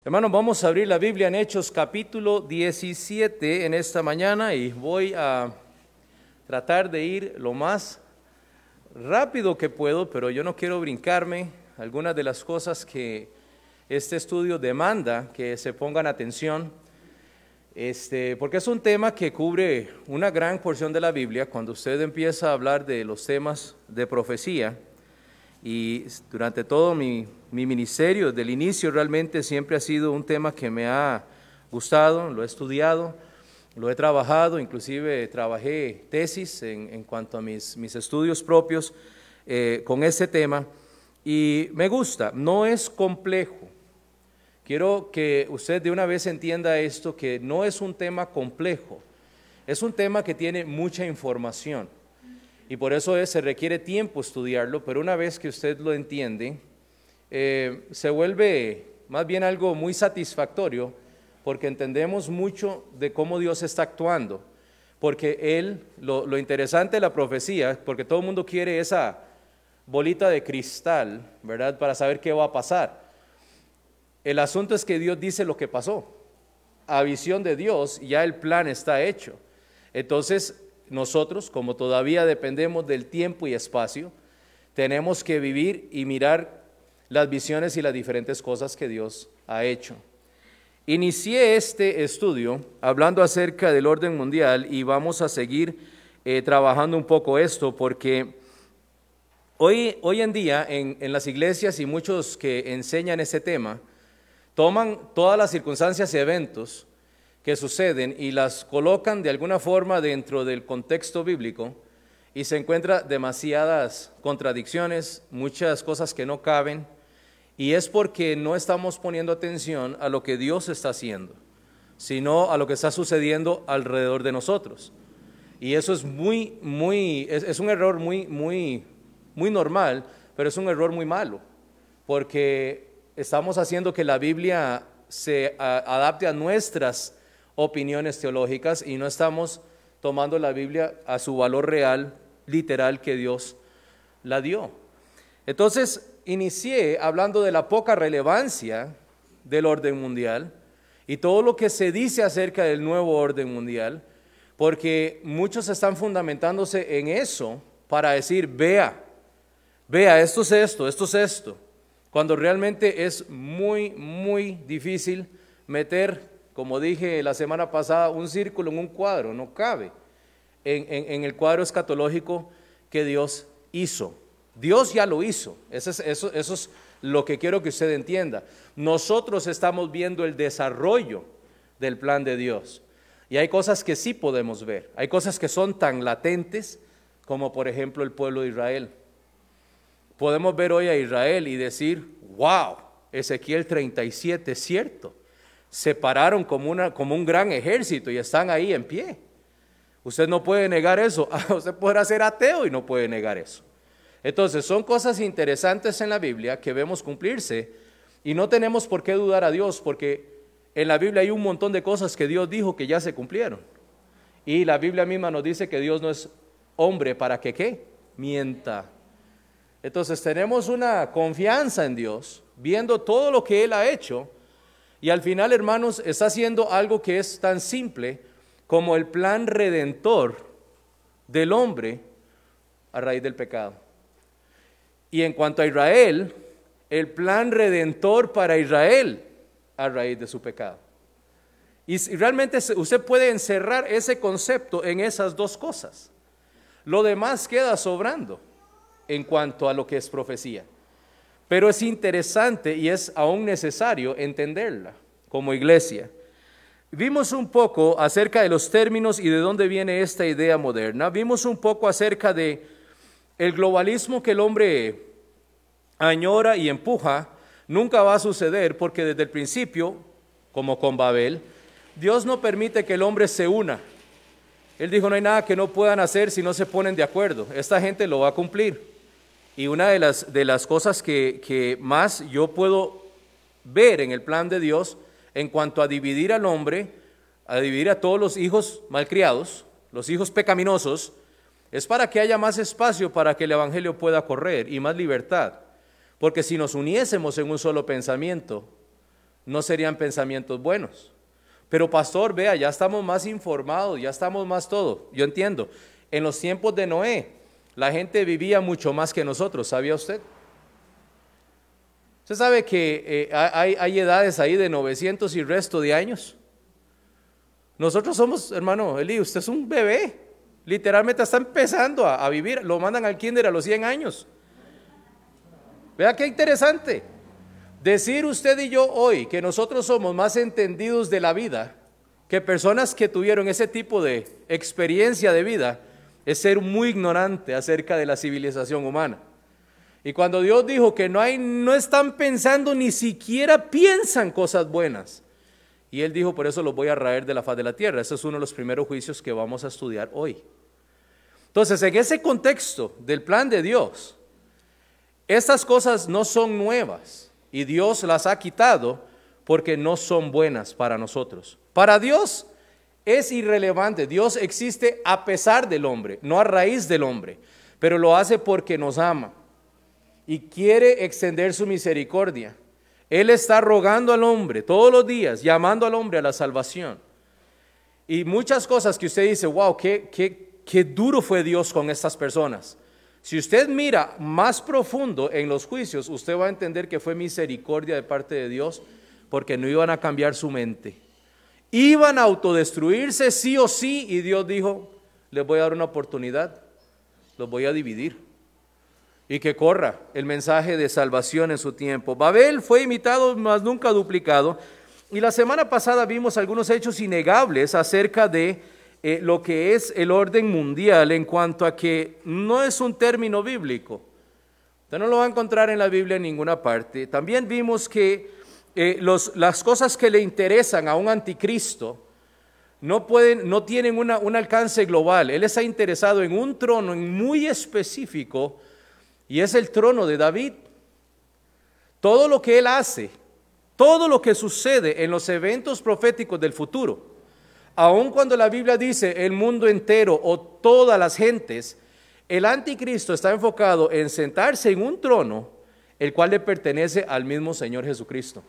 Hermanos, vamos a abrir la Biblia en Hechos capítulo 17 en esta mañana y voy a tratar de ir lo más rápido que puedo, pero yo no quiero brincarme algunas de las cosas que este estudio demanda que se pongan atención, porque es un tema que cubre una gran porción de la Biblia. Cuando usted empieza a hablar de los temas de profecía, y durante todo mi ministerio, desde el inicio, realmente siempre ha sido un tema que me ha gustado, lo he estudiado, lo he trabajado, inclusive trabajé tesis en cuanto a mis estudios propios con este tema, y me gusta, no es complejo. Quiero que usted de una vez entienda esto, que no es un tema complejo, es un tema que tiene mucha información. Y por eso se requiere tiempo estudiarlo, pero una vez que usted lo entiende, se vuelve más bien algo muy satisfactorio, porque entendemos mucho de cómo Dios está actuando. Porque lo interesante de la profecía, porque todo el mundo quiere esa bolita de cristal, ¿verdad?, para saber qué va a pasar. El asunto es que Dios dice lo que pasó. A visión de Dios, ya el plan está hecho. Entonces, nosotros, como todavía dependemos del tiempo y espacio, tenemos que vivir y mirar las visiones y las diferentes cosas que Dios ha hecho. Inicié este estudio hablando acerca del orden mundial y vamos a seguir trabajando un poco esto, porque hoy en día en las iglesias y muchos que enseñan ese tema, toman todas las circunstancias y eventos que suceden y las colocan de alguna forma dentro del contexto bíblico y se encuentran demasiadas contradicciones, muchas cosas que no caben, y es porque no estamos poniendo atención a lo que Dios está haciendo, sino a lo que está sucediendo alrededor de nosotros. Y eso es es un error muy normal, pero es un error muy malo, porque estamos haciendo que la Biblia se adapte a nuestras opiniones teológicas y no estamos tomando la Biblia a su valor real, literal, que Dios la dio. Entonces, inicié hablando de la poca relevancia del orden mundial y todo lo que se dice acerca del nuevo orden mundial, porque muchos están fundamentándose en eso para decir, vea, esto es esto, cuando realmente es muy difícil meter, como dije la semana pasada, un círculo en un cuadro, no cabe en el cuadro escatológico que Dios hizo. Dios ya lo hizo, eso es lo que quiero que usted entienda. Nosotros estamos viendo el desarrollo del plan de Dios, y hay cosas que sí podemos ver, hay cosas que son tan latentes como por ejemplo el pueblo de Israel. Podemos ver hoy a Israel y decir, wow, Ezequiel 37 es cierto. Se pararon como un gran ejército y están ahí en pie. Usted no puede negar eso. Usted podrá ser ateo y no puede negar eso. Entonces, son cosas interesantes en la Biblia que vemos cumplirse y no tenemos por qué dudar a Dios, porque en la Biblia hay un montón de cosas que Dios dijo que ya se cumplieron. Y la Biblia misma nos dice que Dios no es hombre para que ¿qué? Mienta. Entonces, tenemos una confianza en Dios, viendo todo lo que Él ha hecho. Y al final, hermanos, está haciendo algo que es tan simple como el plan redentor del hombre a raíz del pecado. Y en cuanto a Israel, el plan redentor para Israel a raíz de su pecado. Y realmente usted puede encerrar ese concepto en esas dos cosas. Lo demás queda sobrando en cuanto a lo que es profecía. Pero es interesante y es aún necesario entenderla como iglesia. Vimos un poco acerca de los términos y de dónde viene esta idea moderna. Vimos un poco acerca de el globalismo que el hombre añora y empuja. Nunca va a suceder porque desde el principio, como con Babel, Dios no permite que el hombre se una. Él dijo, no hay nada que no puedan hacer si no se ponen de acuerdo. Esta gente lo va a cumplir. Y una de las cosas que más yo puedo ver en el plan de Dios en cuanto a dividir al hombre, a dividir a todos los hijos malcriados, los hijos pecaminosos, es para que haya más espacio para que el evangelio pueda correr y más libertad. Porque si nos uniésemos en un solo pensamiento, no serían pensamientos buenos. Pero pastor, vea, ya estamos más informados, ya estamos más todo. Yo entiendo. En los tiempos de Noé, la gente vivía mucho más que nosotros, ¿sabía usted? Usted sabe que hay edades ahí de 900 y resto de años. Nosotros somos, hermano Eli, usted es un bebé. Literalmente está empezando a vivir. Lo mandan al kinder a los 100 años. Vea qué interesante. Decir usted y yo hoy que nosotros somos más entendidos de la vida que personas que tuvieron ese tipo de experiencia de vida es ser muy ignorante acerca de la civilización humana. Y cuando Dios dijo que no están pensando, ni siquiera piensan cosas buenas. Y Él dijo, por eso los voy a raer de la faz de la tierra. Ese es uno de los primeros juicios que vamos a estudiar hoy. Entonces, en ese contexto del plan de Dios, estas cosas no son nuevas y Dios las ha quitado porque no son buenas para nosotros. Para Dios es irrelevante. Dios existe a pesar del hombre, no a raíz del hombre, pero lo hace porque nos ama y quiere extender su misericordia. Él está rogando al hombre todos los días, llamando al hombre a la salvación. Y muchas cosas que usted dice, wow, qué duro fue Dios con estas personas. Si usted mira más profundo en los juicios, usted va a entender que fue misericordia de parte de Dios, porque no iban a cambiar su mente. Iban a autodestruirse sí o sí, y Dios dijo, les voy a dar una oportunidad, los voy a dividir. Y que corra el mensaje de salvación en su tiempo. Babel fue imitado, mas nunca duplicado. Y la semana pasada vimos algunos hechos innegables acerca de lo que es el orden mundial en cuanto a que no es un término bíblico. Usted no lo va a encontrar en la Biblia en ninguna parte. También vimos que las cosas que le interesan a un anticristo no tienen un alcance global. Él está interesado en un trono muy específico, y es el trono de David. Todo lo que él hace, todo lo que sucede en los eventos proféticos del futuro, aun cuando la Biblia dice el mundo entero o todas las gentes, el anticristo está enfocado en sentarse en un trono, el cual le pertenece al mismo Señor Jesucristo.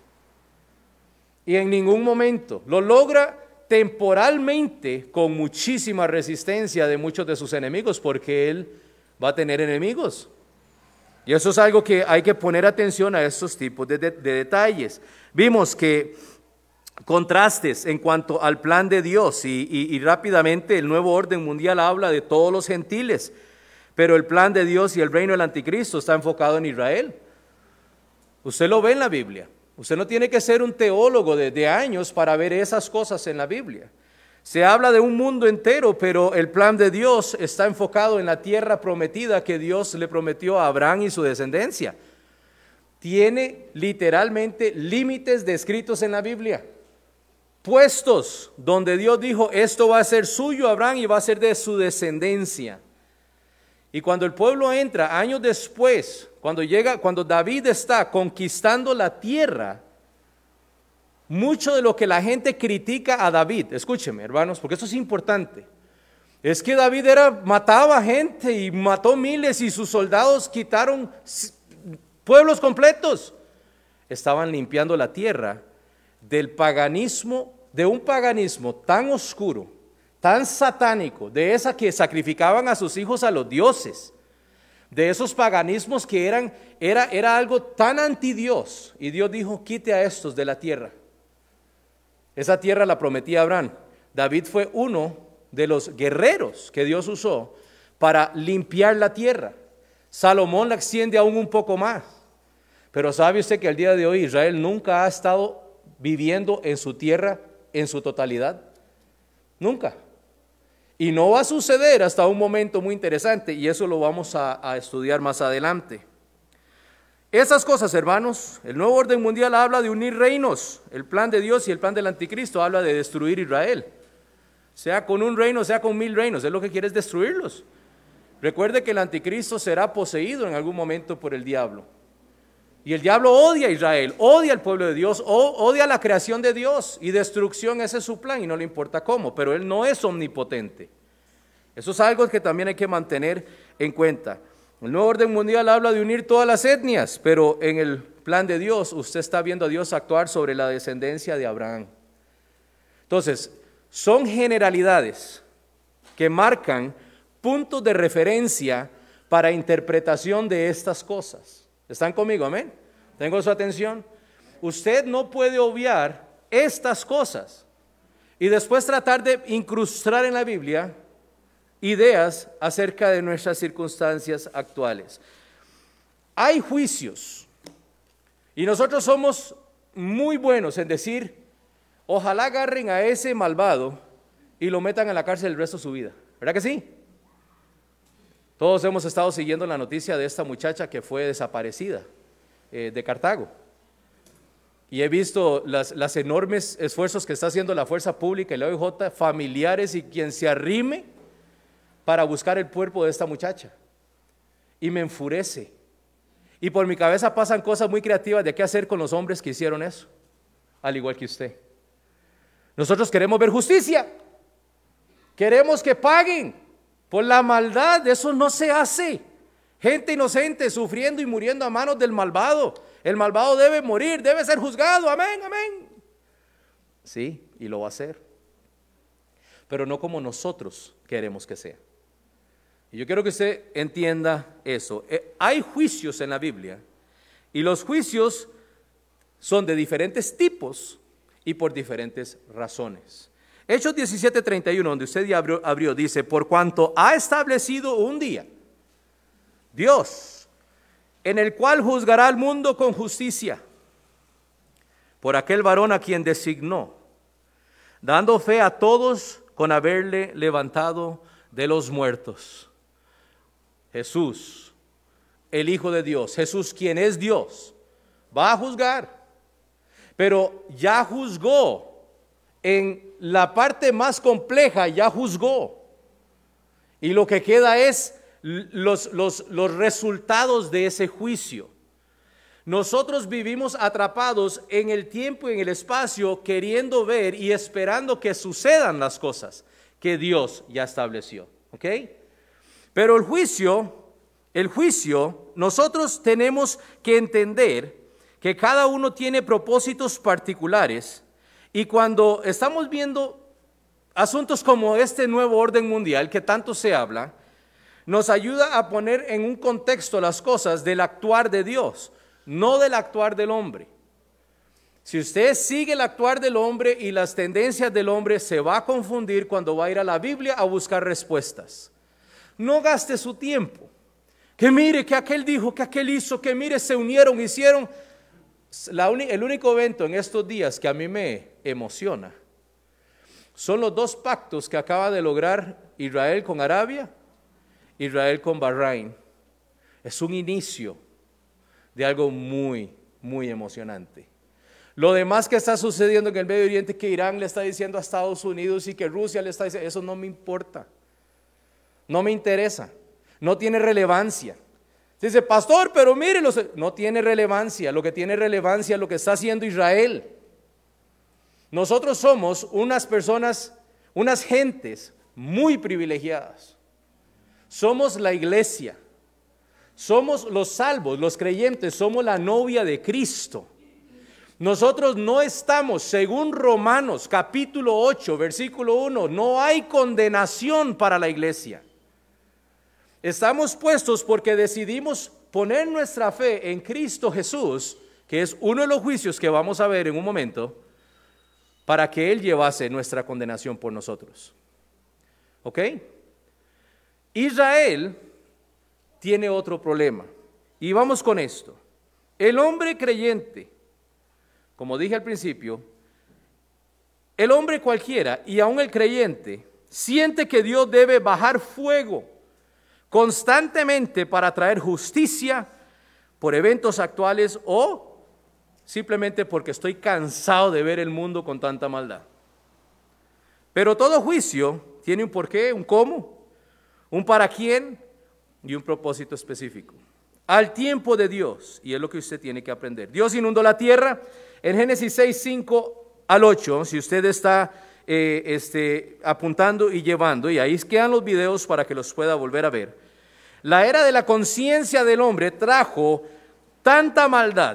Y en ningún momento lo logra temporalmente con muchísima resistencia de muchos de sus enemigos, porque él va a tener enemigos. Y eso es algo que hay que poner atención a estos tipos de detalles. Vimos que contrastes en cuanto al plan de Dios y rápidamente el nuevo orden mundial habla de todos los gentiles, pero el plan de Dios y el reino del anticristo está enfocado en Israel. Usted lo ve en la Biblia. Usted no tiene que ser un teólogo de años para ver esas cosas en la Biblia. Se habla de un mundo entero, pero el plan de Dios está enfocado en la tierra prometida que Dios le prometió a Abraham y su descendencia. Tiene literalmente límites descritos en la Biblia, puestos donde Dios dijo, esto va a ser suyo Abraham y va a ser de su descendencia. Y cuando el pueblo entra años después, cuando David está conquistando la tierra, mucho de lo que la gente critica a David, escúcheme hermanos, porque esto es importante, es que David mataba gente y mató miles y sus soldados quitaron pueblos completos. Estaban limpiando la tierra del paganismo, de un paganismo tan oscuro, tan satánico, de esa que sacrificaban a sus hijos a los dioses, de esos paganismos que era algo tan anti Dios, y Dios dijo, quite a estos de la tierra. Esa tierra la prometía Abraham. David fue uno de los guerreros que Dios usó para limpiar la tierra. Salomón la extiende aún un poco más. Pero ¿sabe usted que al día de hoy Israel nunca ha estado viviendo en su tierra en su totalidad? Nunca. Y no va a suceder hasta un momento muy interesante, y eso lo vamos a estudiar más adelante. Esas cosas, hermanos, el nuevo orden mundial habla de unir reinos. El plan de Dios y el plan del anticristo habla de destruir Israel. Sea con un reino, sea con 1000 reinos, es lo que quiere es destruirlos. Recuerde que el anticristo será poseído en algún momento por el diablo. Y el diablo odia a Israel, odia al pueblo de Dios, odia la creación de Dios, y destrucción, ese es su plan y no le importa cómo, pero él no es omnipotente. Eso es algo que también hay que mantener en cuenta. El nuevo orden mundial habla de unir todas las etnias, pero en el plan de Dios, usted está viendo a Dios actuar sobre la descendencia de Abraham. Entonces, son generalidades que marcan puntos de referencia para interpretación de estas cosas. ¿Están conmigo? Amén. ¿Tengo su atención? Usted no puede obviar estas cosas y después tratar de incrustar en la Biblia ideas acerca de nuestras circunstancias actuales. Hay juicios y nosotros somos muy buenos en decir, ojalá agarren a ese malvado y lo metan en la cárcel el resto de su vida. ¿Verdad que sí? Todos hemos estado siguiendo la noticia de esta muchacha que fue desaparecida de Cartago. Y he visto las enormes esfuerzos que está haciendo la fuerza pública y la OIJ, familiares y quien se arrime para buscar el cuerpo de esta muchacha. Y me enfurece. Y por mi cabeza pasan cosas muy creativas de qué hacer con los hombres que hicieron eso, al igual que usted. Nosotros queremos ver justicia. Queremos que paguen por la maldad. Eso no se hace. Gente inocente sufriendo y muriendo a manos del malvado. El malvado debe morir, debe ser juzgado. Amén, amén. Sí, y lo va a hacer. Pero no como nosotros queremos que sea. Y yo quiero que usted entienda eso. Hay juicios en la Biblia y los juicios son de diferentes tipos y por diferentes razones. Hechos 17:31, donde usted ya abrió, dice, por cuanto ha establecido un día, Dios, en el cual juzgará al mundo con justicia, por aquel varón a quien designó, dando fe a todos con haberle levantado de los muertos. Jesús, el Hijo de Dios, Jesús quien es Dios, va a juzgar, pero ya juzgó en la parte más compleja, ya juzgó, y lo que queda es los resultados de ese juicio. Nosotros vivimos atrapados en el tiempo y en el espacio, queriendo ver y esperando que sucedan las cosas que Dios ya estableció, ¿ok? Pero el juicio, nosotros tenemos que entender que cada uno tiene propósitos particulares, y cuando estamos viendo asuntos como este nuevo orden mundial que tanto se habla, nos ayuda a poner en un contexto las cosas del actuar de Dios, no del actuar del hombre. Si usted sigue el actuar del hombre y las tendencias del hombre, se va a confundir cuando va a ir a la Biblia a buscar respuestas. No gaste su tiempo. Que mire, que aquel dijo, que aquel hizo, que mire, se unieron, hicieron. El único evento en estos días que a mí me emociona son los dos pactos que acaba de lograr Israel con Arabia, Israel con Bahrein. Es un inicio de algo muy, muy emocionante. Lo demás que está sucediendo en el Medio Oriente, que Irán le está diciendo a Estados Unidos y que Rusia le está diciendo, eso no me importa, no me interesa, no tiene relevancia. Dice, pastor, pero mire, no tiene relevancia. Lo que tiene relevancia es lo que está haciendo Israel. Nosotros somos unas personas, unas gentes muy privilegiadas. Somos la iglesia, somos los salvos, los creyentes, somos la novia de Cristo. Nosotros no estamos, según Romanos capítulo 8, versículo 1, no hay condenación para la iglesia. Estamos puestos porque decidimos poner nuestra fe en Cristo Jesús, que es uno de los juicios que vamos a ver en un momento, para que Él llevase nuestra condenación por nosotros. ¿Ok? Israel tiene otro problema. Y vamos con esto. El hombre creyente, como dije al principio, el hombre cualquiera y aún el creyente siente que Dios debe bajar fuego constantemente para traer justicia por eventos actuales o simplemente porque estoy cansado de ver el mundo con tanta maldad. Pero todo juicio tiene un porqué, un cómo, un para quién y un propósito específico. Al tiempo de Dios, y es lo que usted tiene que aprender. Dios inundó la tierra en Génesis 6, 5 al 8, si usted está apuntando y llevando, y ahí quedan los videos para que los pueda volver a ver. La era de la conciencia del hombre trajo tanta maldad,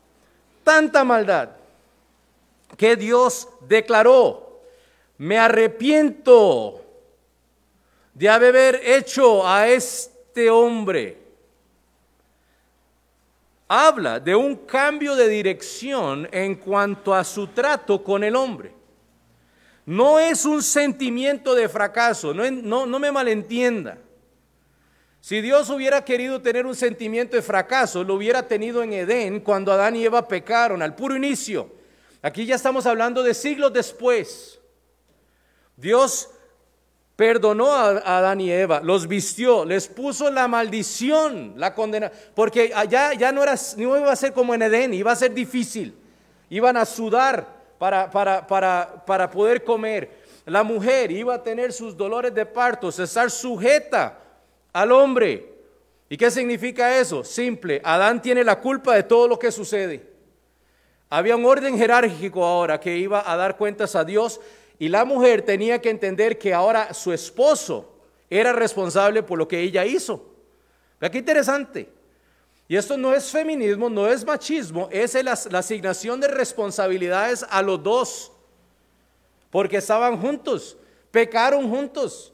que Dios declaró: me arrepiento de haber hecho a este hombre. Habla de un cambio de dirección en cuanto a su trato con el hombre. No es un sentimiento de fracaso, no me malentienda. Si Dios hubiera querido tener un sentimiento de fracaso, lo hubiera tenido en Edén cuando Adán y Eva pecaron, al puro inicio. Aquí ya estamos hablando de siglos después. Dios perdonó a Adán y Eva, los vistió, les puso la maldición, la condena, porque allá no iba a ser como en Edén, iba a ser difícil. Iban a sudar para poder comer. La mujer iba a tener sus dolores de parto, estar sujeta al hombre. ¿Y qué significa eso? Simple, Adán tiene la culpa de todo lo que sucede. Había un orden jerárquico ahora que iba a dar cuentas a Dios, y la mujer tenía que entender que ahora su esposo era responsable por lo que ella hizo. Vea qué interesante. Y esto no es feminismo, no es machismo, es la asignación de responsabilidades a los dos, porque estaban juntos, pecaron juntos.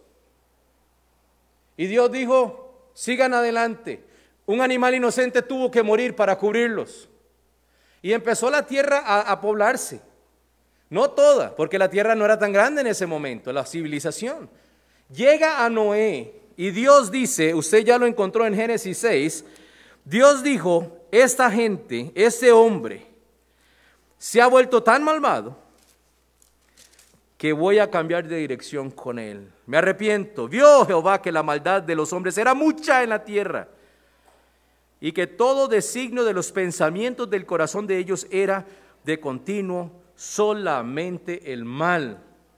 Y Dios dijo: sigan adelante. Un animal inocente tuvo que morir para cubrirlos. Y empezó la tierra a poblarse. No toda, porque la tierra no era tan grande en ese momento, la civilización. Llega a Noé y Dios dice, usted ya lo encontró en Génesis 6, Dios dijo: esta gente, este hombre, se ha vuelto tan malvado que voy a cambiar de dirección con él. Me arrepiento. Vio Jehová que la maldad de los hombres era mucha en la tierra, y que todo designio de los pensamientos del corazón de ellos era de continuo solamente el mal.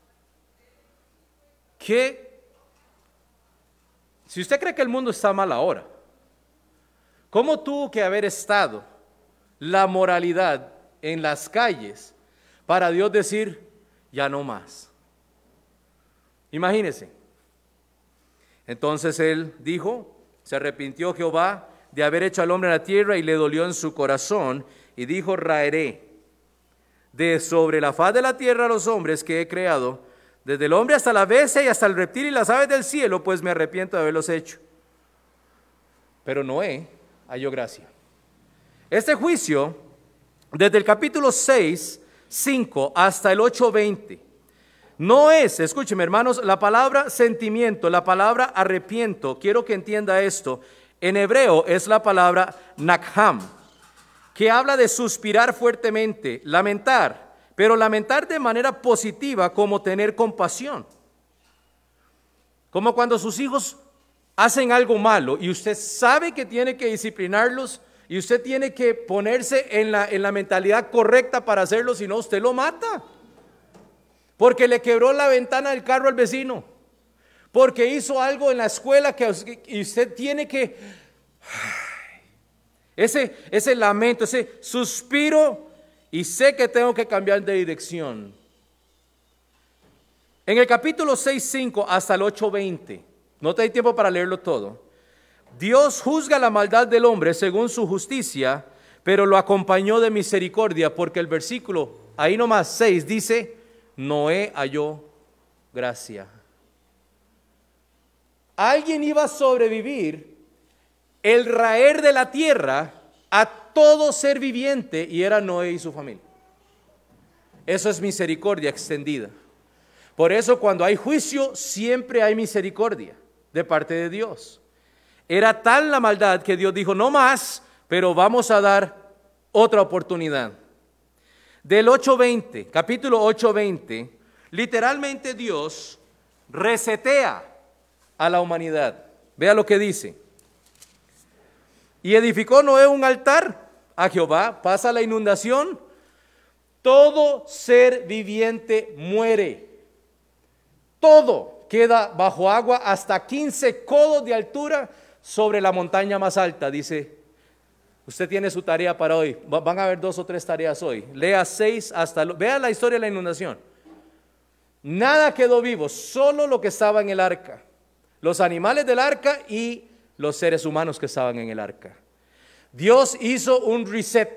Que si usted cree que el mundo está mal ahora, ¿cómo tuvo que haber estado la moralidad en las calles para Dios decir: ya no más? Imagínese. Entonces él dijo, se arrepintió Jehová de haber hecho al hombre en la tierra, y le dolió en su corazón, y dijo: raeré de sobre la faz de la tierra a los hombres que he creado, desde el hombre hasta la bestia y hasta el reptil y las aves del cielo, pues me arrepiento de haberlos hecho. Pero Noé halló gracia. Este juicio, desde el capítulo 6, 5 hasta el 8:20, no es, escúcheme hermanos, la palabra sentimiento, la palabra arrepiento, quiero que entienda esto, en hebreo es la palabra nakham, que habla de suspirar fuertemente, lamentar, pero lamentar de manera positiva, como tener compasión. Como cuando sus hijos hacen algo malo y usted sabe que tiene que disciplinarlos y usted tiene que ponerse en la mentalidad correcta para hacerlo, si no usted lo mata. Porque le quebró la ventana del carro al vecino, porque hizo algo en la escuela y usted tiene que... Ese lamento, ese suspiro, y sé que tengo que cambiar de dirección. En el capítulo 6:5 hasta el 8:20, no te hay tiempo para leerlo todo. Dios juzga la maldad del hombre según su justicia, pero lo acompañó de misericordia, porque el versículo, ahí nomás 6, dice: Noé halló gracia. Alguien iba a sobrevivir el raer de la tierra a todo ser viviente, y era Noé y su familia. Eso es misericordia extendida. Por eso cuando hay juicio siempre hay misericordia de parte de Dios. Era tal la maldad que Dios dijo: no más, pero vamos a dar otra oportunidad. Del 8:20, capítulo 8:20, literalmente Dios resetea a la humanidad. Vea lo que dice: y edificó Noé un altar a Jehová, pasa la inundación, todo ser viviente muere, todo queda bajo agua hasta 15 codos de altura sobre la montaña más alta. Dice, usted tiene su tarea para hoy, van a haber 2 o 3 tareas hoy, lea 6 hasta, vea la historia de la inundación. Nada quedó vivo, solo lo que estaba en el arca, los animales del arca y los seres humanos que estaban en el arca. Dios hizo un reset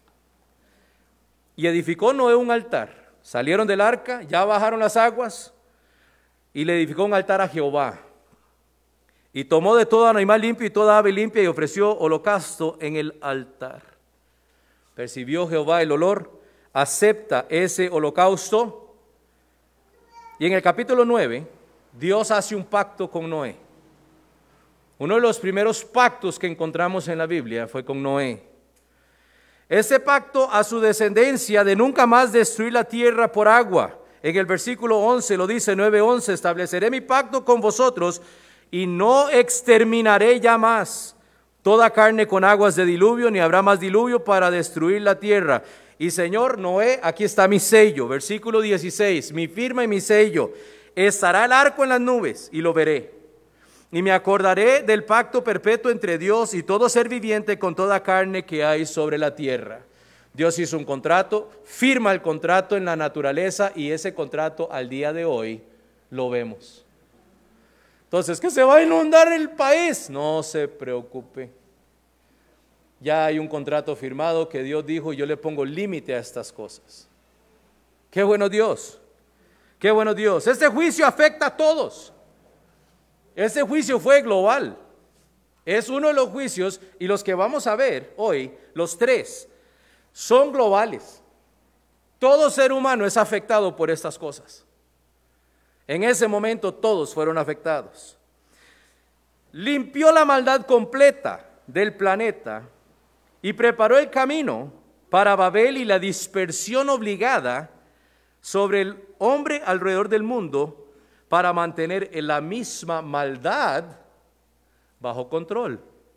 y edificó Noé un altar. Salieron del arca, ya bajaron las aguas y le edificó un altar a Jehová. Y tomó de todo animal limpio y toda ave limpia y ofreció holocausto en el altar. Percibió Jehová el olor, acepta ese holocausto. Y en el capítulo 9, Dios hace un pacto con Noé. Uno de los primeros pactos que encontramos en la Biblia fue con Noé. Ese pacto a su descendencia de nunca más destruir la tierra por agua. En el versículo 11 lo dice, 9:11, estableceré mi pacto con vosotros y no exterminaré ya más toda carne con aguas de diluvio, ni habrá más diluvio para destruir la tierra. Y Señor Noé, aquí está mi sello, versículo 16, mi firma y mi sello. Estará el arco en las nubes y lo veré. Y me acordaré del pacto perpetuo entre Dios y todo ser viviente con toda carne que hay sobre la tierra. Dios hizo un contrato, firma el contrato en la naturaleza y ese contrato al día de hoy lo vemos. Entonces, ¿que se va a inundar el país? No se preocupe. Ya hay un contrato firmado que Dios dijo, yo le pongo límite a estas cosas. Qué bueno Dios, qué bueno Dios. Este juicio afecta a todos. Este juicio fue global. Es uno de los juicios y los que vamos a ver hoy, los tres, son globales. Todo ser humano es afectado por estas cosas. En ese momento todos fueron afectados. Limpió la maldad completa del planeta y preparó el camino para Babel y la dispersión obligada sobre el hombre alrededor del mundo para mantener la misma maldad bajo control.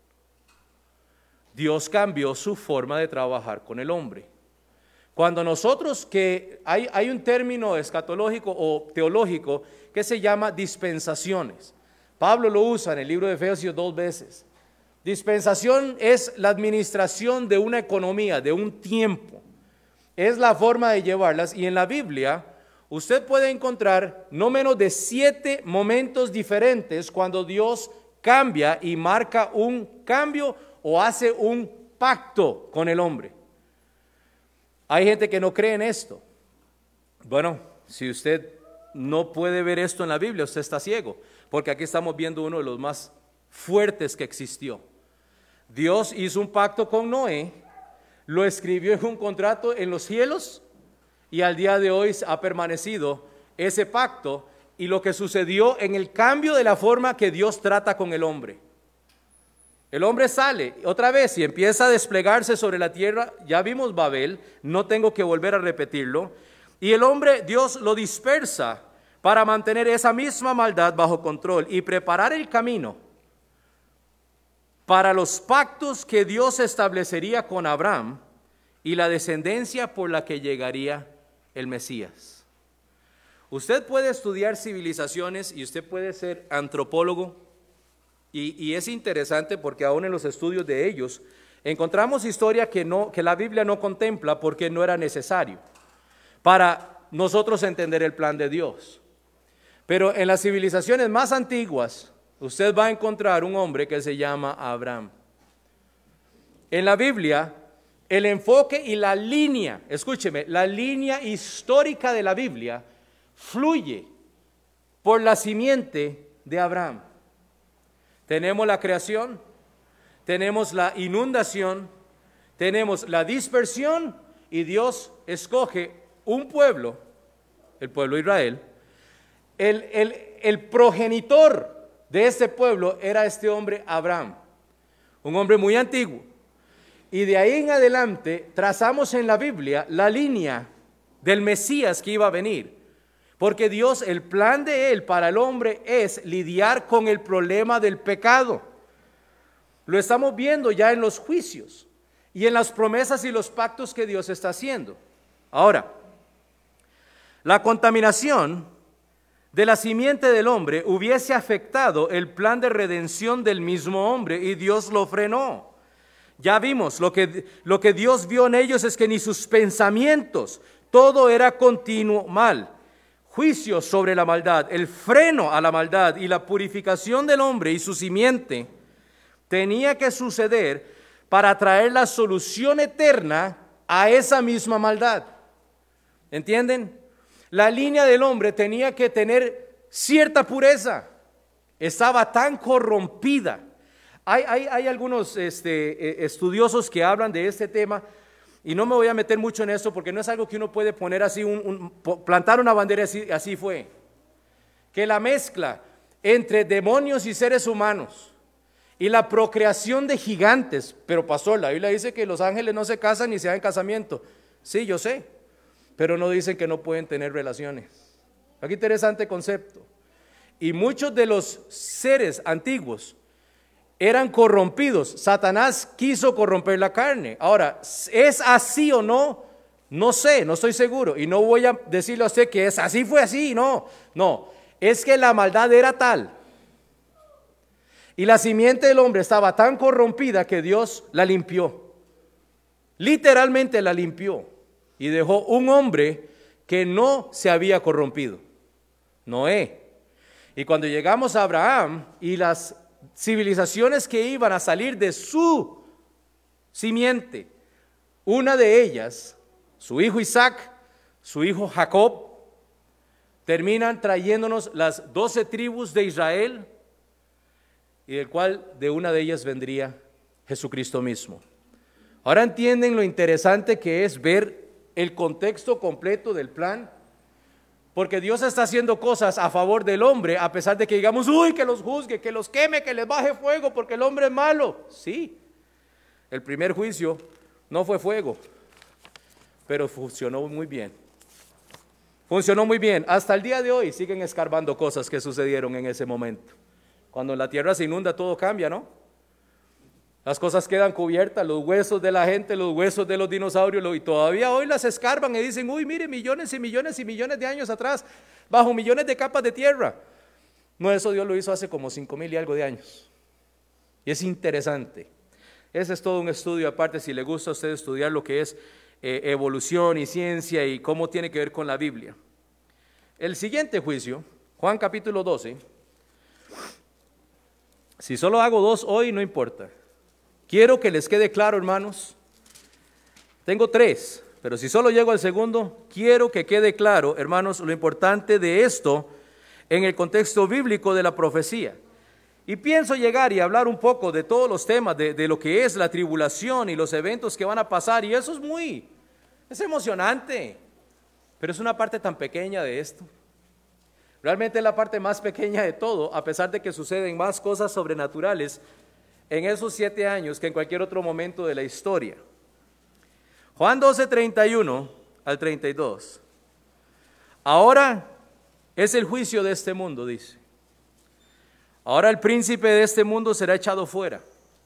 Dios cambió su forma de trabajar con el hombre. Cuando nosotros, que hay un término escatológico o teológico que se llama dispensaciones. Pablo lo usa en el libro de Efesios 2 veces. Dispensación es la administración de una economía, de un tiempo. Es la forma de llevarlas y en la Biblia usted puede encontrar no menos de 7 momentos diferentes cuando Dios cambia y marca un cambio o hace un pacto con el hombre. Hay gente que no cree en esto. Bueno, si usted no puede ver esto en la Biblia, usted está ciego, porque aquí estamos viendo uno de los más fuertes que existió. Dios hizo un pacto con Noé, lo escribió en un contrato en los cielos y al día de hoy ha permanecido ese pacto y lo que sucedió en el cambio de la forma que Dios trata con el hombre. El hombre sale otra vez y empieza a desplegarse sobre la tierra. Ya vimos Babel, no tengo que volver a repetirlo. Y el hombre, Dios lo dispersa para mantener esa misma maldad bajo control y preparar el camino para los pactos que Dios establecería con Abraham y la descendencia por la que llegaría el Mesías. Usted puede estudiar civilizaciones y usted puede ser antropólogo. Y es interesante porque aún en los estudios de ellos encontramos historia que la Biblia no contempla porque no era necesario para nosotros entender el plan de Dios. Pero en las civilizaciones más antiguas usted va a encontrar un hombre que se llama Abraham. En la Biblia el enfoque y la línea, escúcheme, la línea histórica de la Biblia fluye por la simiente de Abraham. Tenemos la creación, tenemos la inundación, tenemos la dispersión y Dios escoge un pueblo, el pueblo de Israel. El progenitor de este pueblo era este hombre Abraham, un hombre muy antiguo. Y de ahí en adelante trazamos en la Biblia la línea del Mesías que iba a venir. Porque Dios, el plan de Él para el hombre es lidiar con el problema del pecado. Lo estamos viendo ya en los juicios y en las promesas y los pactos que Dios está haciendo. Ahora, la contaminación de la simiente del hombre hubiese afectado el plan de redención del mismo hombre y Dios lo frenó. Ya vimos, lo que Dios vio en ellos es que ni sus pensamientos, todo era continuo mal. Juicio sobre la maldad, el freno a la maldad y la purificación del hombre y su simiente tenía que suceder para traer la solución eterna a esa misma maldad. ¿Entienden? La línea del hombre tenía que tener cierta pureza. Estaba tan corrompida. Hay algunos estudiosos que hablan de este tema, y no me voy a meter mucho en eso porque no es algo que uno puede poner así, plantar una bandera así fue. Que la mezcla entre demonios y seres humanos y la procreación de gigantes, pero pastor, la Biblia dice que los ángeles no se casan ni se dan casamiento. Sí, yo sé, pero no dicen que no pueden tener relaciones. Qué interesante concepto. Y muchos de los seres antiguos eran corrompidos. Satanás quiso corromper la carne. Ahora, ¿es así o no? No sé, no estoy seguro. Y no voy a decirle a usted que es así, fue así. No. Es que la maldad era tal. Y la simiente del hombre estaba tan corrompida que Dios la limpió. Literalmente la limpió. Y dejó un hombre que no se había corrompido. Noé. Y cuando llegamos a Abraham y las civilizaciones que iban a salir de su simiente, una de ellas, su hijo Isaac, su hijo Jacob, terminan trayéndonos las 12 tribus de Israel, y del cual de una de ellas vendría Jesucristo mismo. Ahora entienden lo interesante que es ver el contexto completo del plan, porque Dios está haciendo cosas a favor del hombre, a pesar de que digamos, uy, que los juzgue, que los queme, que les baje fuego, porque el hombre es malo. Sí, el primer juicio no fue fuego, pero funcionó muy bien. Funcionó muy bien. Hasta el día de hoy siguen escarbando cosas que sucedieron en ese momento. Cuando la tierra se inunda, todo cambia, ¿no? Las cosas quedan cubiertas, los huesos de la gente, los huesos de los dinosaurios, y todavía hoy las escarban y dicen, uy, mire, millones y millones y millones de años atrás, bajo millones de capas de tierra. No, eso Dios lo hizo hace como 5,000 y algo de años. Y es interesante. Ese es todo un estudio aparte, si le gusta a usted estudiar lo que es evolución y ciencia y cómo tiene que ver con la Biblia. El siguiente juicio, Juan capítulo 12. Si solo hago 2 hoy, no importa. Quiero que les quede claro, hermanos. Tengo 3, pero si solo llego al segundo, quiero que quede claro, hermanos, lo importante de esto en el contexto bíblico de la profecía. Y pienso llegar y hablar un poco de todos los temas, de lo que es la tribulación y los eventos que van a pasar, y eso es emocionante, pero es una parte tan pequeña de esto. Realmente es la parte más pequeña de todo, a pesar de que suceden más cosas sobrenaturales en esos 7 años que en cualquier otro momento de la historia. Juan 12, 31 al 32. Ahora es el juicio de este mundo, dice. Ahora el príncipe de este mundo será echado fuera.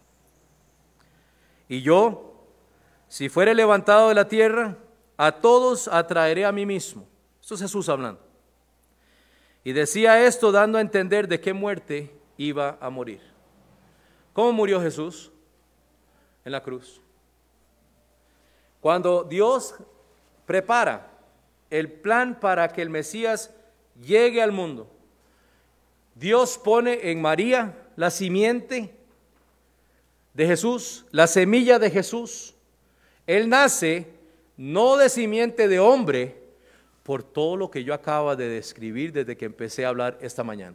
Y yo, si fuere levantado de la tierra, a todos atraeré a mí mismo. Esto es Jesús hablando. Y decía esto dando a entender de qué muerte iba a morir. ¿Cómo murió Jesús? En la cruz. Cuando Dios prepara el plan para que el Mesías llegue al mundo, Dios pone en María la simiente de Jesús, la semilla de Jesús. Él nace no de simiente de hombre, por todo lo que yo acabo de describir desde que empecé a hablar esta mañana.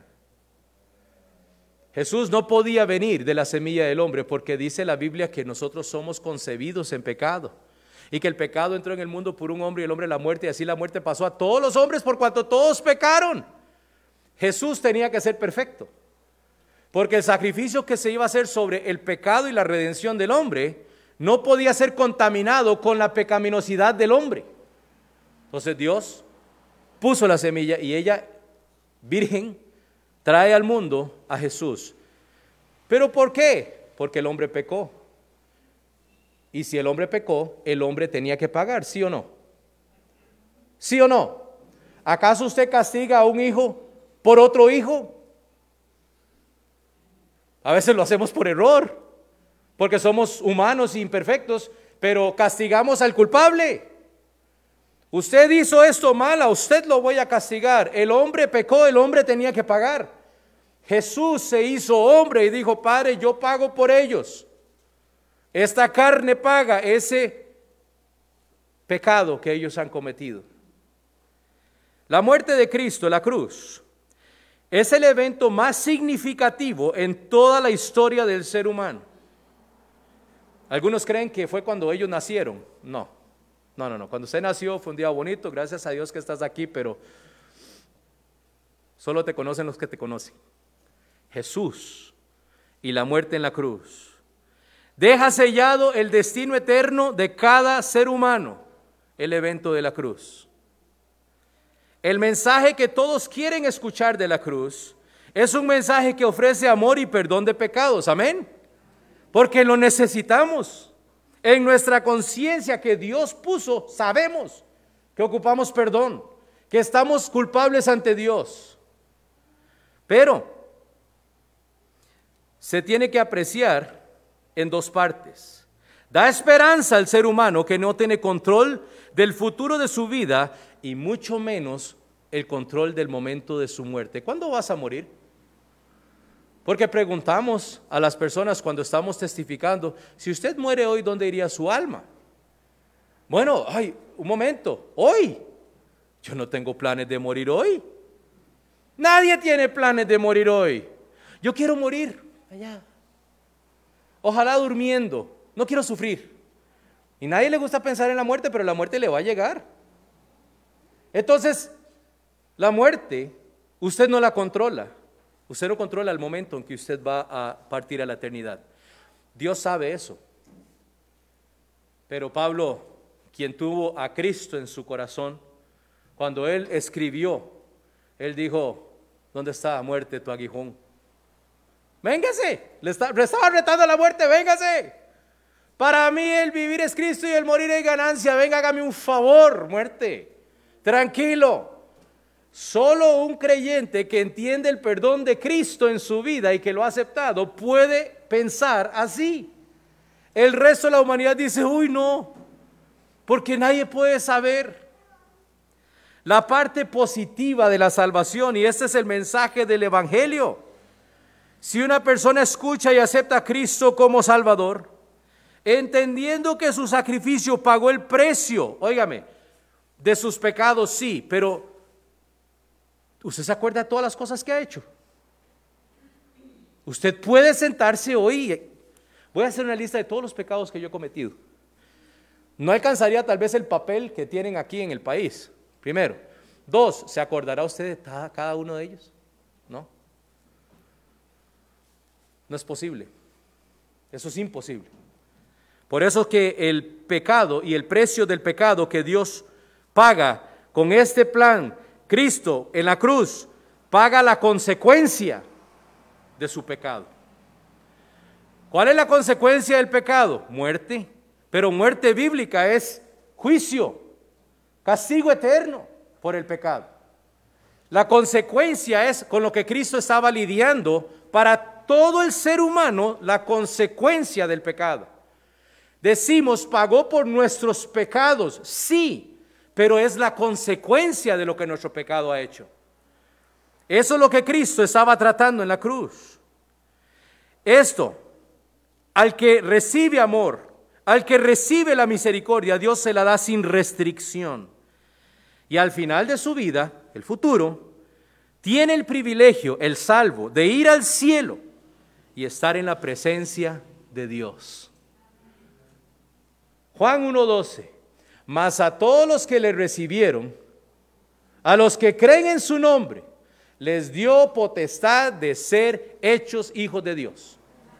Jesús no podía venir de la semilla del hombre porque dice la Biblia que nosotros somos concebidos en pecado y que el pecado entró en el mundo por un hombre y el hombre la muerte, y así la muerte pasó a todos los hombres por cuanto todos pecaron. Jesús tenía que ser perfecto porque el sacrificio que se iba a hacer sobre el pecado y la redención del hombre no podía ser contaminado con la pecaminosidad del hombre. Entonces Dios puso la semilla y ella, virgen, trae al mundo a Jesús. ¿Pero por qué? Porque el hombre pecó. Y si el hombre pecó, el hombre tenía que pagar, ¿sí o no? ¿Sí o no? ¿Acaso usted castiga a un hijo por otro hijo? A veces lo hacemos por error, porque somos humanos e imperfectos, pero castigamos al culpable. Usted hizo esto mal, a usted lo voy a castigar. El hombre pecó, el hombre tenía que pagar. Jesús se hizo hombre y dijo, Padre, yo pago por ellos. Esta carne paga ese pecado que ellos han cometido. La muerte de Cristo, la cruz, es el evento más significativo en toda la historia del ser humano. Algunos creen que fue cuando ellos nacieron. No. Cuando usted nació fue un día bonito, gracias a Dios que estás aquí, pero solo te conocen los que te conocen. Jesús y la muerte en la cruz deja sellado el destino eterno de cada ser humano, el evento de la cruz. El mensaje que todos quieren escuchar de la cruz es un mensaje que ofrece amor y perdón de pecados, amén, porque lo necesitamos. En nuestra conciencia que Dios puso, sabemos que ocupamos perdón, que estamos culpables ante Dios, pero se tiene que apreciar en dos partes. Da esperanza al ser humano que no tiene control del futuro de su vida y mucho menos el control del momento de su muerte. ¿Cuándo vas a morir? Porque preguntamos a las personas cuando estamos testificando, si usted muere hoy, ¿dónde iría su alma? Bueno, un momento, hoy. Yo no tengo planes de morir hoy. Nadie tiene planes de morir hoy. Yo quiero morir allá. Ojalá durmiendo. No quiero sufrir. Y nadie le gusta pensar en la muerte, pero la muerte le va a llegar. Entonces, la muerte, usted no la controla. Usted no controla el momento en que usted va a partir a la eternidad. Dios sabe eso. Pero Pablo, quien tuvo a Cristo en su corazón, cuando él escribió, él dijo, ¿dónde está, muerte, tu aguijón? Véngase, le estaba retando a la muerte, véngase. Para mí el vivir es Cristo y el morir es ganancia. Venga, hágame un favor, muerte. Tranquilo. Solo un creyente que entiende el perdón de Cristo en su vida y que lo ha aceptado puede pensar así. El resto de la humanidad dice, uy, no, porque nadie puede saber. La parte positiva de la salvación, y este es el mensaje del Evangelio. Si una persona escucha y acepta a Cristo como Salvador, entendiendo que su sacrificio pagó el precio, óigame, de sus pecados, sí, pero ¿usted se acuerda de todas las cosas que ha hecho? Usted puede sentarse hoy, voy a hacer una lista de todos los pecados que yo he cometido. No alcanzaría tal vez el papel que tienen aquí en el país, primero. 2, ¿se acordará usted de cada uno de ellos? No. No es posible. Eso es imposible. Por eso es que el pecado y el precio del pecado que Dios paga con este plan, Cristo en la cruz paga la consecuencia de su pecado. ¿Cuál es la consecuencia del pecado? Muerte, pero muerte bíblica es juicio, castigo eterno por el pecado. La consecuencia es con lo que Cristo estaba lidiando para todo el ser humano, la consecuencia del pecado. Decimos, pagó por nuestros pecados, sí, pero es la consecuencia de lo que nuestro pecado ha hecho. Eso es lo que Cristo estaba tratando en la cruz. Esto, al que recibe amor, al que recibe la misericordia, Dios se la da sin restricción. Y al final de su vida, el futuro, tiene el privilegio, el salvo, de ir al cielo y estar en la presencia de Dios. Juan 1:12, mas a todos los que le recibieron, a los que creen en su nombre, les dio potestad de ser hechos hijos de Dios.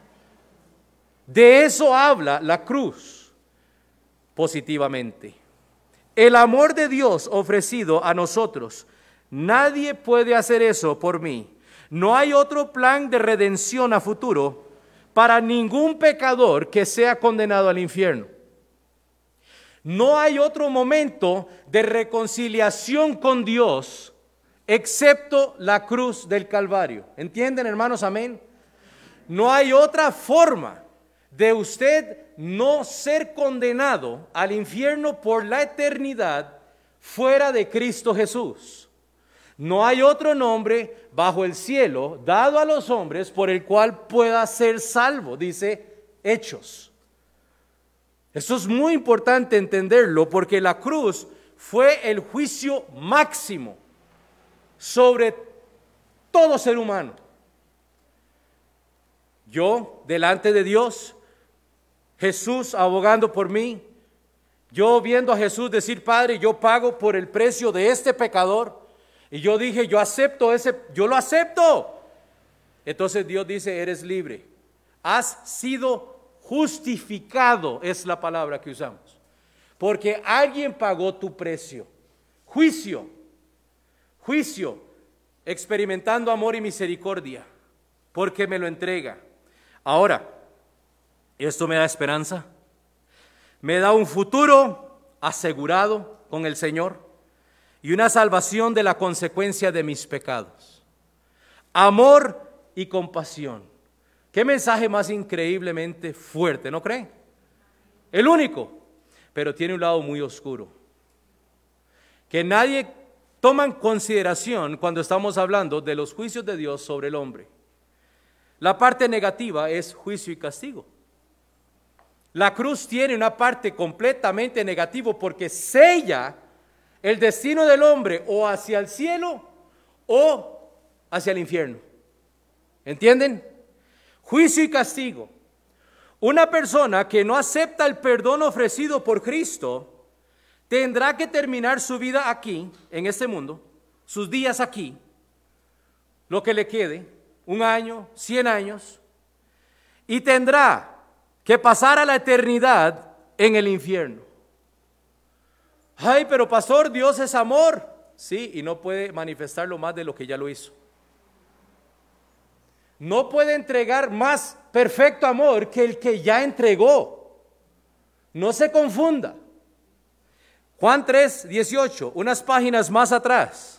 De eso habla la cruz positivamente. El amor de Dios ofrecido a nosotros. Nadie puede hacer eso por mí. No hay otro plan de redención a futuro para ningún pecador que sea condenado al infierno. No hay otro momento de reconciliación con Dios excepto la cruz del Calvario. ¿Entienden, hermanos? Amén. No hay otra forma de usted no ser condenado al infierno por la eternidad fuera de Cristo Jesús. No hay otro nombre bajo el cielo dado a los hombres por el cual pueda ser salvo, dice Hechos. Esto es muy importante entenderlo porque la cruz fue el juicio máximo sobre todo ser humano. Yo delante de Dios, Jesús abogando por mí, yo viendo a Jesús decir, Padre, yo pago por el precio de este pecador. Y yo dije, yo lo acepto. Entonces Dios dice, eres libre. Has sido justificado, es la palabra que usamos. Porque alguien pagó tu precio. Juicio, experimentando amor y misericordia, porque me lo entrega. Ahora, esto me da esperanza. Me da un futuro asegurado con el Señor y una salvación de la consecuencia de mis pecados. Amor y compasión. Qué mensaje más increíblemente fuerte, ¿no creen? El único, pero tiene un lado muy oscuro, que nadie toma en consideración cuando estamos hablando de los juicios de Dios sobre el hombre. La parte negativa es juicio y castigo. La cruz tiene una parte completamente negativa porque sella el destino del hombre o hacia el cielo o hacia el infierno. ¿Entienden? Juicio y castigo. Una persona que no acepta el perdón ofrecido por Cristo tendrá que terminar su vida aquí, en este mundo, sus días aquí, lo que le quede, 1 año, 100 años, y tendrá que pasar a la eternidad en el infierno. Ay, pero pastor, Dios es amor. Sí, y no puede manifestarlo más de lo que ya lo hizo. No puede entregar más perfecto amor que el que ya entregó. No se confunda. Juan 3:18, unas páginas más atrás.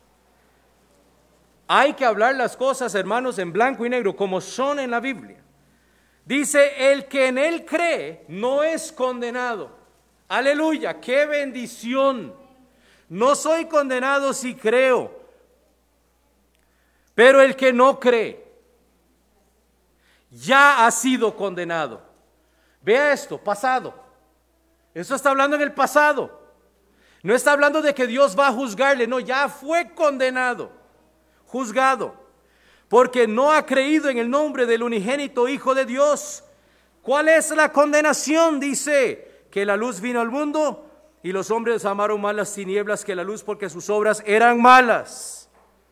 Hay que hablar las cosas, hermanos, en blanco y negro, como son en la Biblia. Dice, el que en él cree no es condenado. Aleluya, qué bendición. No soy condenado si creo. Pero el que no cree ya ha sido condenado. Vea esto, pasado. Eso está hablando en el pasado. No está hablando de que Dios va a juzgarle, no, ya fue condenado, juzgado, porque no ha creído en el nombre del unigénito Hijo de Dios. ¿Cuál es la condenación? Dice que la luz vino al mundo y los hombres amaron más las tinieblas que la luz porque sus obras eran malas.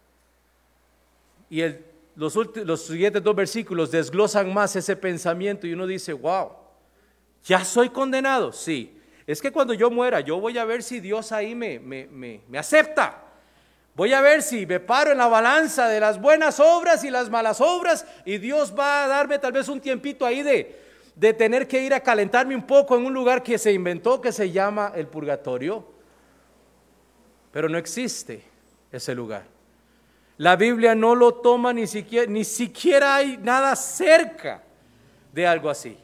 Y los siguientes 2 versículos desglosan más ese pensamiento y uno dice, wow, ¿ya soy condenado? Sí. Es que cuando yo muera, yo voy a ver si Dios ahí me acepta. Voy a ver si me paro en la balanza de las buenas obras y las malas obras y Dios va a darme tal vez un tiempito ahí de tener que ir a calentarme un poco en un lugar que se inventó que se llama el purgatorio. Pero no existe ese lugar. La Biblia no lo toma ni siquiera hay nada cerca de algo así.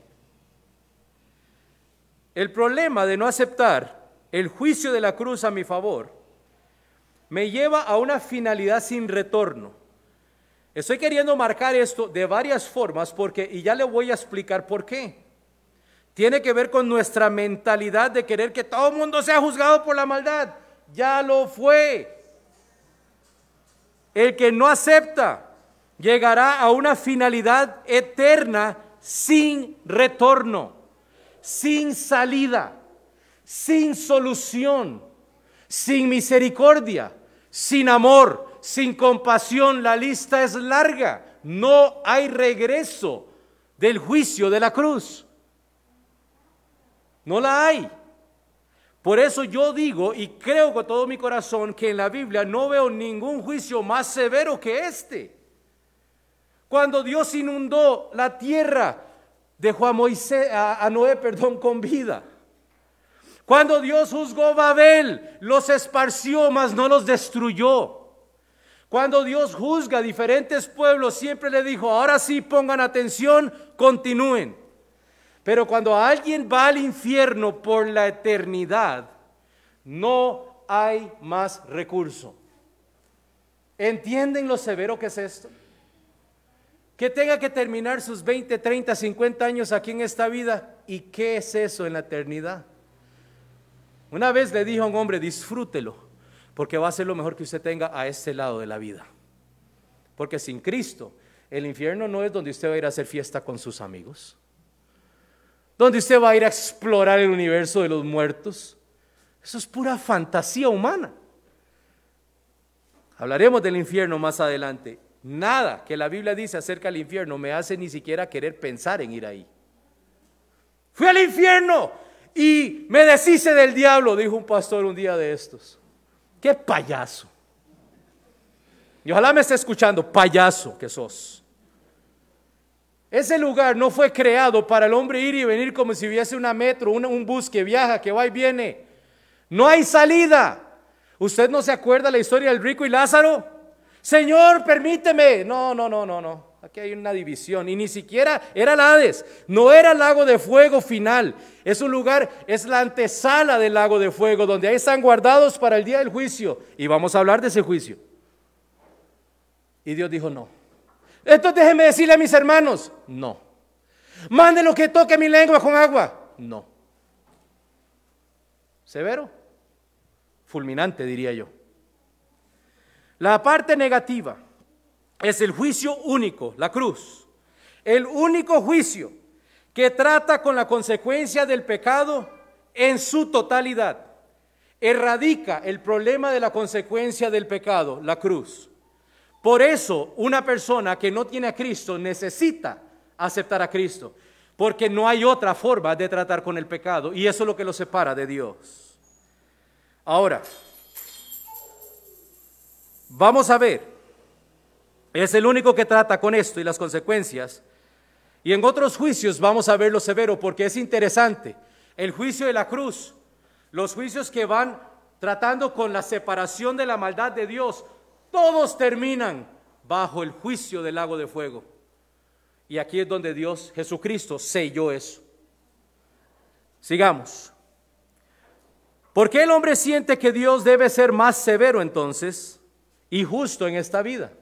El problema de no aceptar el juicio de la cruz a mi favor me lleva a una finalidad sin retorno. Estoy queriendo marcar esto de varias formas y ya le voy a explicar por qué. Tiene que ver con nuestra mentalidad de querer que todo el mundo sea juzgado por la maldad. Ya lo fue. El que no acepta llegará a una finalidad eterna sin retorno, sin salida, sin solución, sin misericordia, sin amor, sin compasión. La lista es larga. No hay regreso del juicio de la cruz. No la hay. Por eso yo digo y creo con todo mi corazón que en la Biblia no veo ningún juicio más severo que este. Cuando Dios inundó la tierra, dejó a Noé con vida. Cuando Dios juzgó Babel, los esparció, mas no los destruyó. Cuando Dios juzga a diferentes pueblos, siempre le dijo, ahora sí pongan atención, continúen. Pero cuando alguien va al infierno por la eternidad, no hay más recurso. ¿Entienden lo severo que es esto? Que tenga que terminar sus 20, 30, 50 años aquí en esta vida. ¿Y qué es eso en la eternidad? Una vez le dije a un hombre, disfrútelo, porque va a ser lo mejor que usted tenga a este lado de la vida. Porque sin Cristo, el infierno no es donde usted va a ir a hacer fiesta con sus amigos, donde usted va a ir a explorar el universo de los muertos. Eso es pura fantasía humana. Hablaremos del infierno más adelante. Nada que la Biblia dice acerca del infierno me hace ni siquiera querer pensar en ir ahí. Fui al infierno y me deshice del diablo, dijo un pastor un día de estos. ¡Qué payaso! Y ojalá me esté escuchando, payaso que sos. Ese lugar no fue creado para el hombre ir y venir como si hubiese una metro, un bus que viaja, que va y viene. No hay salida. ¿Usted no se acuerda la historia del rico y Lázaro? Señor, permíteme. No. Aquí hay una división. Y ni siquiera era el Hades. No era el lago de fuego final. Es un lugar, es la antesala del lago de fuego, donde ahí están guardados para el día del juicio. Y vamos a hablar de ese juicio. Y Dios dijo no. Entonces déjenme decirle a mis hermanos, no. Mándenlo que toque mi lengua con agua. No. Severo. Fulminante, diría yo. La parte negativa es el juicio único, la cruz. El único juicio que trata con la consecuencia del pecado en su totalidad. Erradica el problema de la consecuencia del pecado, la cruz. Por eso, una persona que no tiene a Cristo necesita aceptar a Cristo, porque no hay otra forma de tratar con el pecado, y eso es lo que lo separa de Dios. Ahora, vamos a ver, es el único que trata con esto y las consecuencias, y en otros juicios vamos a ver lo severo, porque es interesante, el juicio de la cruz, los juicios que van tratando con la separación de la maldad de Dios, todos terminan bajo el juicio del lago de fuego. Y aquí es donde Dios, Jesucristo, selló eso. Sigamos. ¿Por qué el hombre siente que Dios debe ser más severo entonces y justo en esta vida?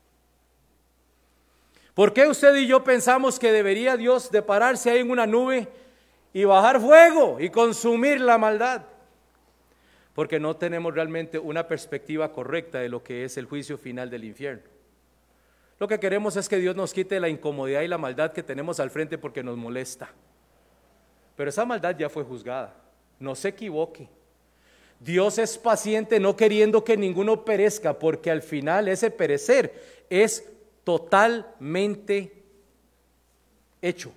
¿Por qué usted y yo pensamos que debería Dios de pararse ahí en una nube y bajar fuego y consumir la maldad? Porque no tenemos realmente una perspectiva correcta de lo que es el juicio final del infierno. Lo que queremos es que Dios nos quite la incomodidad y la maldad que tenemos al frente porque nos molesta. Pero esa maldad ya fue juzgada. No se equivoque. Dios es paciente, no queriendo que ninguno perezca, porque al final ese perecer es totalmente hecho.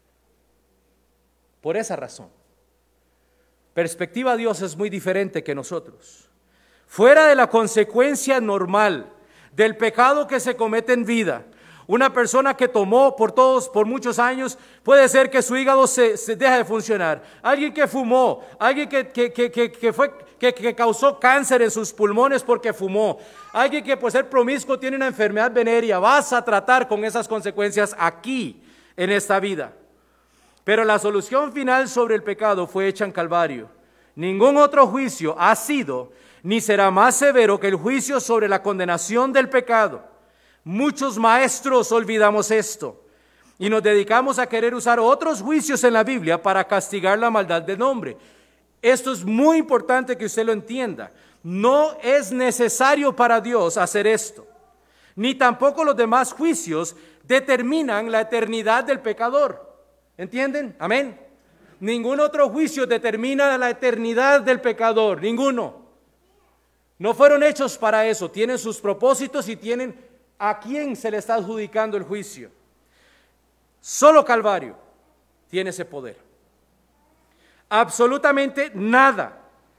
Por esa razón. Perspectiva de Dios es muy diferente que nosotros. Fuera de la consecuencia normal del pecado que se comete en vida, una persona que tomó por muchos años, puede ser que su hígado se deja de funcionar. Alguien que fumó, alguien que causó cáncer en sus pulmones porque fumó. Alguien que por ser promiscuo tiene una enfermedad venérea. Vas a tratar con esas consecuencias aquí, en esta vida. Pero la solución final sobre el pecado fue hecha en Calvario. Ningún otro juicio ha sido ni será más severo que el juicio sobre la condenación del pecado. Muchos maestros olvidamos esto y nos dedicamos a querer usar otros juicios en la Biblia para castigar la maldad del hombre. Esto es muy importante que usted lo entienda. No es necesario para Dios hacer esto, ni tampoco los demás juicios determinan la eternidad del pecador. ¿Entienden? Amén. Ningún otro juicio determina la eternidad del pecador, ninguno. No fueron hechos para eso, tienen sus propósitos y tienen a quién se le está adjudicando el juicio. Solo Calvario tiene ese poder. Absolutamente nada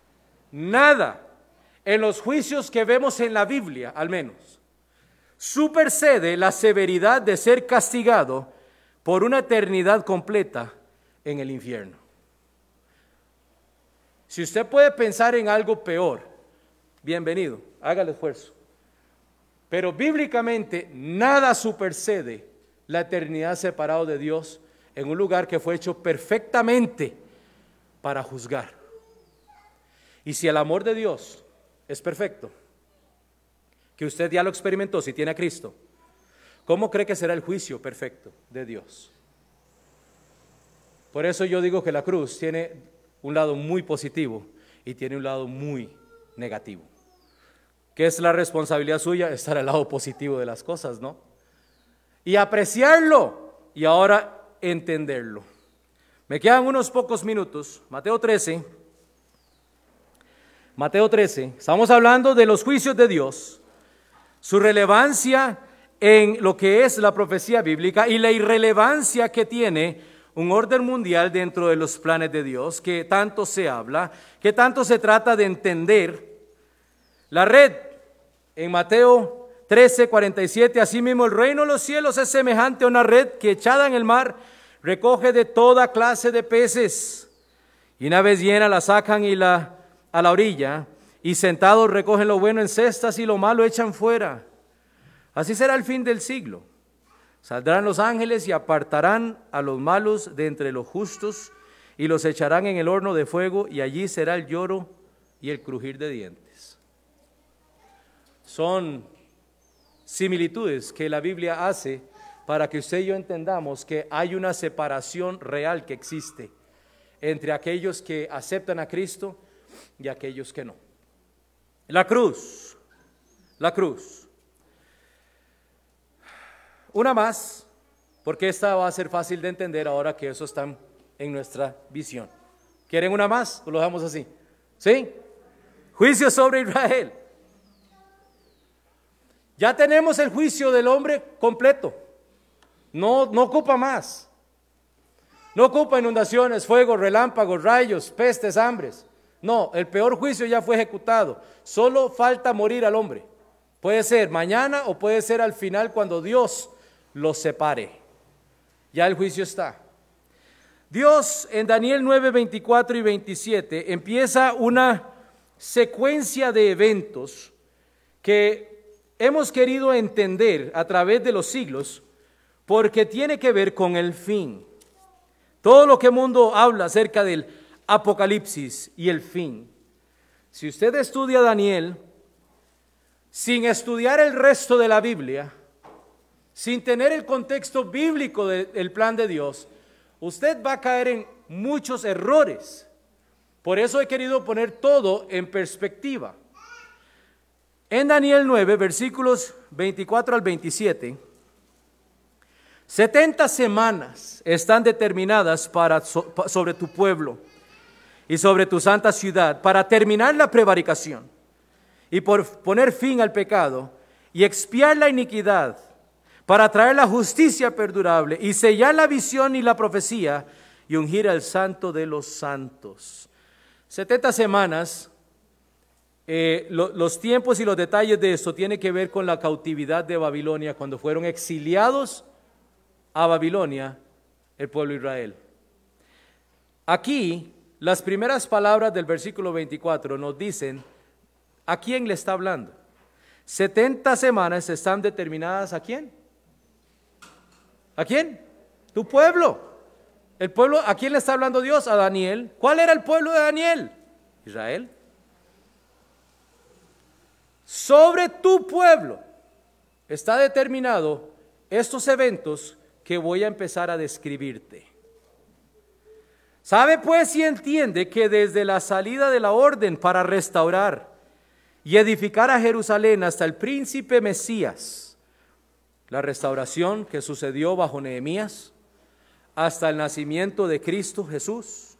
en los juicios que vemos en la Biblia, al menos, supersede la severidad de ser castigado por una eternidad completa en el infierno. Si usted puede pensar en algo peor, bienvenido, haga el esfuerzo. Pero bíblicamente nada supersede la eternidad separado de Dios en un lugar que fue hecho perfectamente para juzgar. Y si el amor de Dios es perfecto, que usted ya lo experimentó si tiene a Cristo, ¿cómo cree que será el juicio perfecto de Dios? Por eso yo digo que la cruz tiene un lado muy positivo y tiene un lado muy negativo. ¿Qué es la responsabilidad suya? Estar al lado positivo de las cosas, ¿no? Y apreciarlo y ahora entenderlo. Me quedan unos pocos minutos. Mateo 13, estamos hablando de los juicios de Dios, su relevancia en lo que es la profecía bíblica y la irrelevancia que tiene un orden mundial dentro de los planes de Dios, que tanto se habla, que tanto se trata de entender. La red, en Mateo 13:47, asimismo el reino de los cielos es semejante a una red que echada en el mar recoge de toda clase de peces, y una vez llena la sacan a la orilla, y sentados recogen lo bueno en cestas y lo malo echan fuera. Así será el fin del siglo. Saldrán los ángeles y apartarán a los malos de entre los justos y los echarán en el horno de fuego, y allí será el lloro y el crujir de dientes. Son similitudes que la Biblia hace para que usted y yo entendamos que hay una separación real que existe entre aquellos que aceptan a Cristo y aquellos que no. La cruz. Una más, porque esta va a ser fácil de entender ahora que eso está en nuestra visión. ¿Quieren una más o lo dejamos así? ¿Sí? Juicio sobre Israel. Ya tenemos el juicio del hombre completo. No ocupa más. No ocupa inundaciones, fuegos, relámpagos, rayos, pestes, hambres. No, el peor juicio ya fue ejecutado. Solo falta morir al hombre. Puede ser mañana o puede ser al final cuando Dios los separe. Ya el juicio está. Dios en Daniel 9, 24 y 27 empieza una secuencia de eventos que hemos querido entender a través de los siglos porque tiene que ver con el fin. Todo lo que el mundo habla acerca del Apocalipsis y el fin. Si usted estudia Daniel sin estudiar el resto de la Biblia, sin tener el contexto bíblico del plan de Dios, usted va a caer en muchos errores. Por eso he querido poner todo en perspectiva. En Daniel 9, versículos 24 al 27, 70 semanas están determinadas sobre tu pueblo y sobre tu santa ciudad para terminar la prevaricación y por poner fin al pecado y expiar la iniquidad, para traer la justicia perdurable y sellar la visión y la profecía y ungir al santo de los santos. 70 semanas, los tiempos y los detalles de esto tienen que ver con la cautividad de Babilonia, cuando fueron exiliados a Babilonia el pueblo de Israel. Aquí, las primeras palabras del versículo 24 nos dicen a quién le está hablando. 70 semanas están determinadas ¿a quién? ¿A quién? Tu pueblo. El pueblo, ¿a quién le está hablando Dios? A Daniel. ¿Cuál era el pueblo de Daniel? Israel. Sobre tu pueblo está determinado estos eventos que voy a empezar a describirte. Sabe pues y entiende que desde la salida de la orden para restaurar y edificar a Jerusalén hasta el príncipe Mesías, la restauración que sucedió bajo Nehemías, hasta el nacimiento de Cristo Jesús,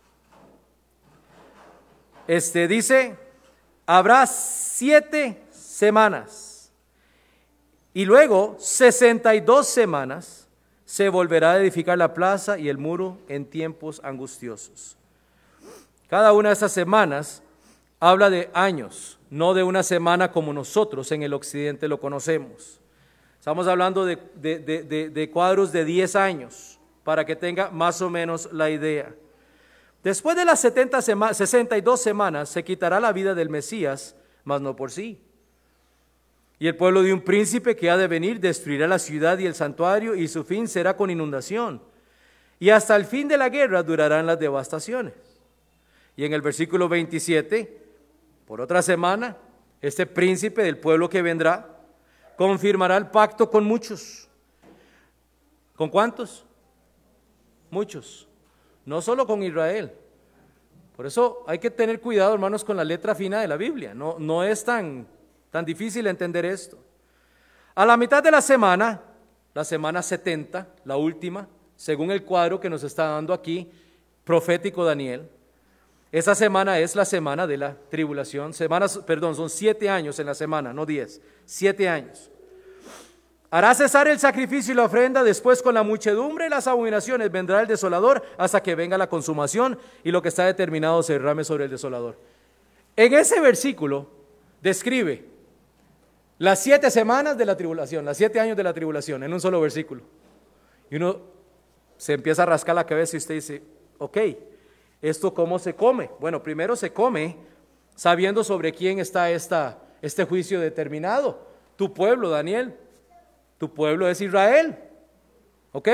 dice, habrá 7 semanas y luego 62 semanas se volverá a edificar la plaza y el muro en tiempos angustiosos. Cada una de estas semanas habla de años, no de una semana como nosotros en el occidente lo conocemos. Estamos hablando de cuadros de 10 años, para que tenga más o menos la idea. Después de las 62 semanas se quitará la vida del Mesías, mas no por sí. Y el pueblo de un príncipe que ha de venir destruirá la ciudad y el santuario, y su fin será con inundación. Y hasta el fin de la guerra durarán las devastaciones. Y en el versículo 27, por otra semana, este príncipe del pueblo que vendrá confirmará el pacto con muchos. ¿Con cuántos? Muchos. No solo con Israel. Por eso hay que tener cuidado, hermanos, con la letra fina de la Biblia. No es tan difícil entender esto. A la mitad de la semana 70, la última, según el cuadro que nos está dando aquí, profético Daniel, esa semana es la semana de la tribulación. Son 7 años en la semana, no 10, 7 años. Hará cesar el sacrificio y la ofrenda, después con la muchedumbre y las abominaciones vendrá el desolador hasta que venga la consumación y lo que está determinado se derrame sobre el desolador. En ese versículo describe las 7 semanas de la tribulación, los 7 años de la tribulación, en un solo versículo. Y uno se empieza a rascar la cabeza y usted dice, ok, ¿esto cómo se come? Bueno, primero se come sabiendo sobre quién está este juicio determinado. Tu pueblo, Daniel, tu pueblo es Israel. ¿Ok?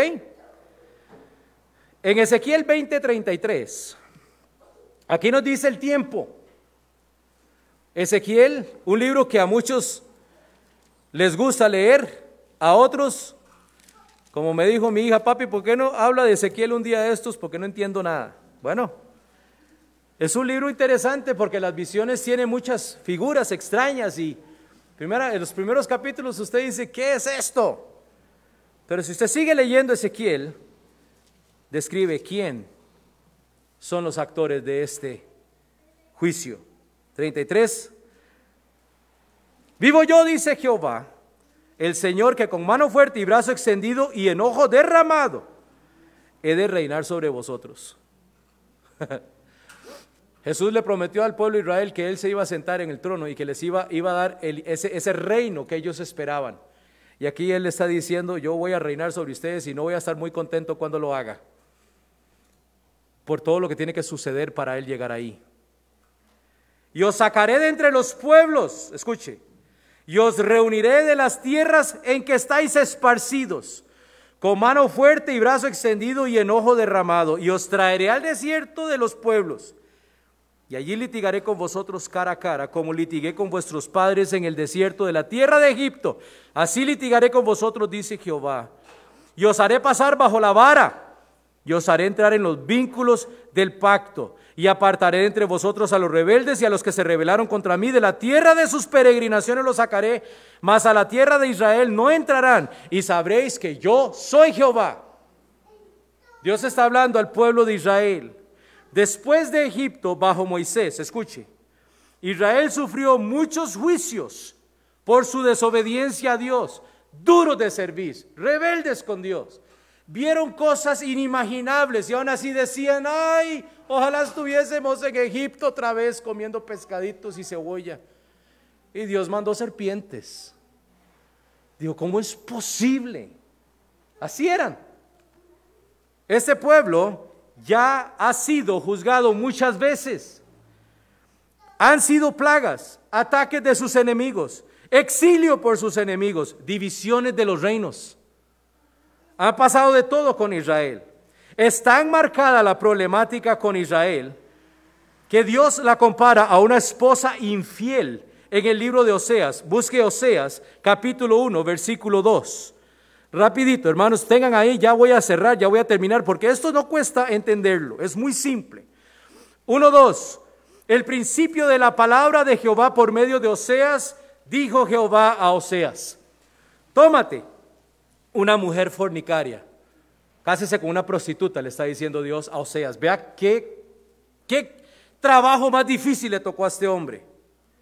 En Ezequiel 20:33, aquí nos dice el tiempo. Ezequiel, un libro que a muchos les gusta leer, a otros, como me dijo mi hija, papi, ¿por qué no habla de Ezequiel un día de estos? Porque no entiendo nada. Bueno, es un libro interesante porque las visiones tienen muchas figuras extrañas y en los primeros capítulos usted dice, ¿qué es esto? Pero si usted sigue leyendo Ezequiel, describe quién son los actores de este juicio. 33. Vivo yo, dice Jehová, el Señor, que con mano fuerte y brazo extendido y enojo derramado he de reinar sobre vosotros. Jesús le prometió al pueblo de Israel que Él se iba a sentar en el trono y que les iba a dar ese reino que ellos esperaban. Y aquí Él le está diciendo, yo voy a reinar sobre ustedes y no voy a estar muy contento cuando lo haga, por todo lo que tiene que suceder para Él llegar ahí. Y os sacaré de entre los pueblos, escuche, y os reuniré de las tierras en que estáis esparcidos, con mano fuerte y brazo extendido y enojo derramado, y os traeré al desierto de los pueblos. Y allí litigaré con vosotros cara a cara, como litigué con vuestros padres en el desierto de la tierra de Egipto. Así litigaré con vosotros, dice Jehová. Y os haré pasar bajo la vara, y os haré entrar en los vínculos del pacto. Y apartaré entre vosotros a los rebeldes y a los que se rebelaron contra mí. De la tierra de sus peregrinaciones los sacaré, mas a la tierra de Israel no entrarán. Y sabréis que yo soy Jehová. Dios está hablando al pueblo de Israel. Después de Egipto, bajo Moisés, escuche, Israel sufrió muchos juicios por su desobediencia a Dios, duros de servir, rebeldes con Dios. Vieron cosas inimaginables y aún así decían, ay, ojalá estuviésemos en Egipto otra vez comiendo pescaditos y cebolla. Y Dios mandó serpientes. Digo, ¿cómo es posible? Así eran. Este pueblo ya ha sido juzgado muchas veces. Han sido plagas, ataques de sus enemigos, exilio por sus enemigos, divisiones de los reinos. Ha pasado de todo con Israel. Es tan marcada la problemática con Israel que Dios la compara a una esposa infiel en el libro de Oseas. Busque Oseas, capítulo 1, versículo 2. Rapidito, hermanos, tengan ahí, ya voy a cerrar, ya voy a terminar, porque esto no cuesta entenderlo, es muy simple. 1:2. El principio de la palabra de Jehová por medio de Oseas, dijo Jehová a Oseas: tómate una mujer fornicaria, cásese con una prostituta, le está diciendo Dios a Oseas. Vea qué trabajo más difícil le tocó a este hombre.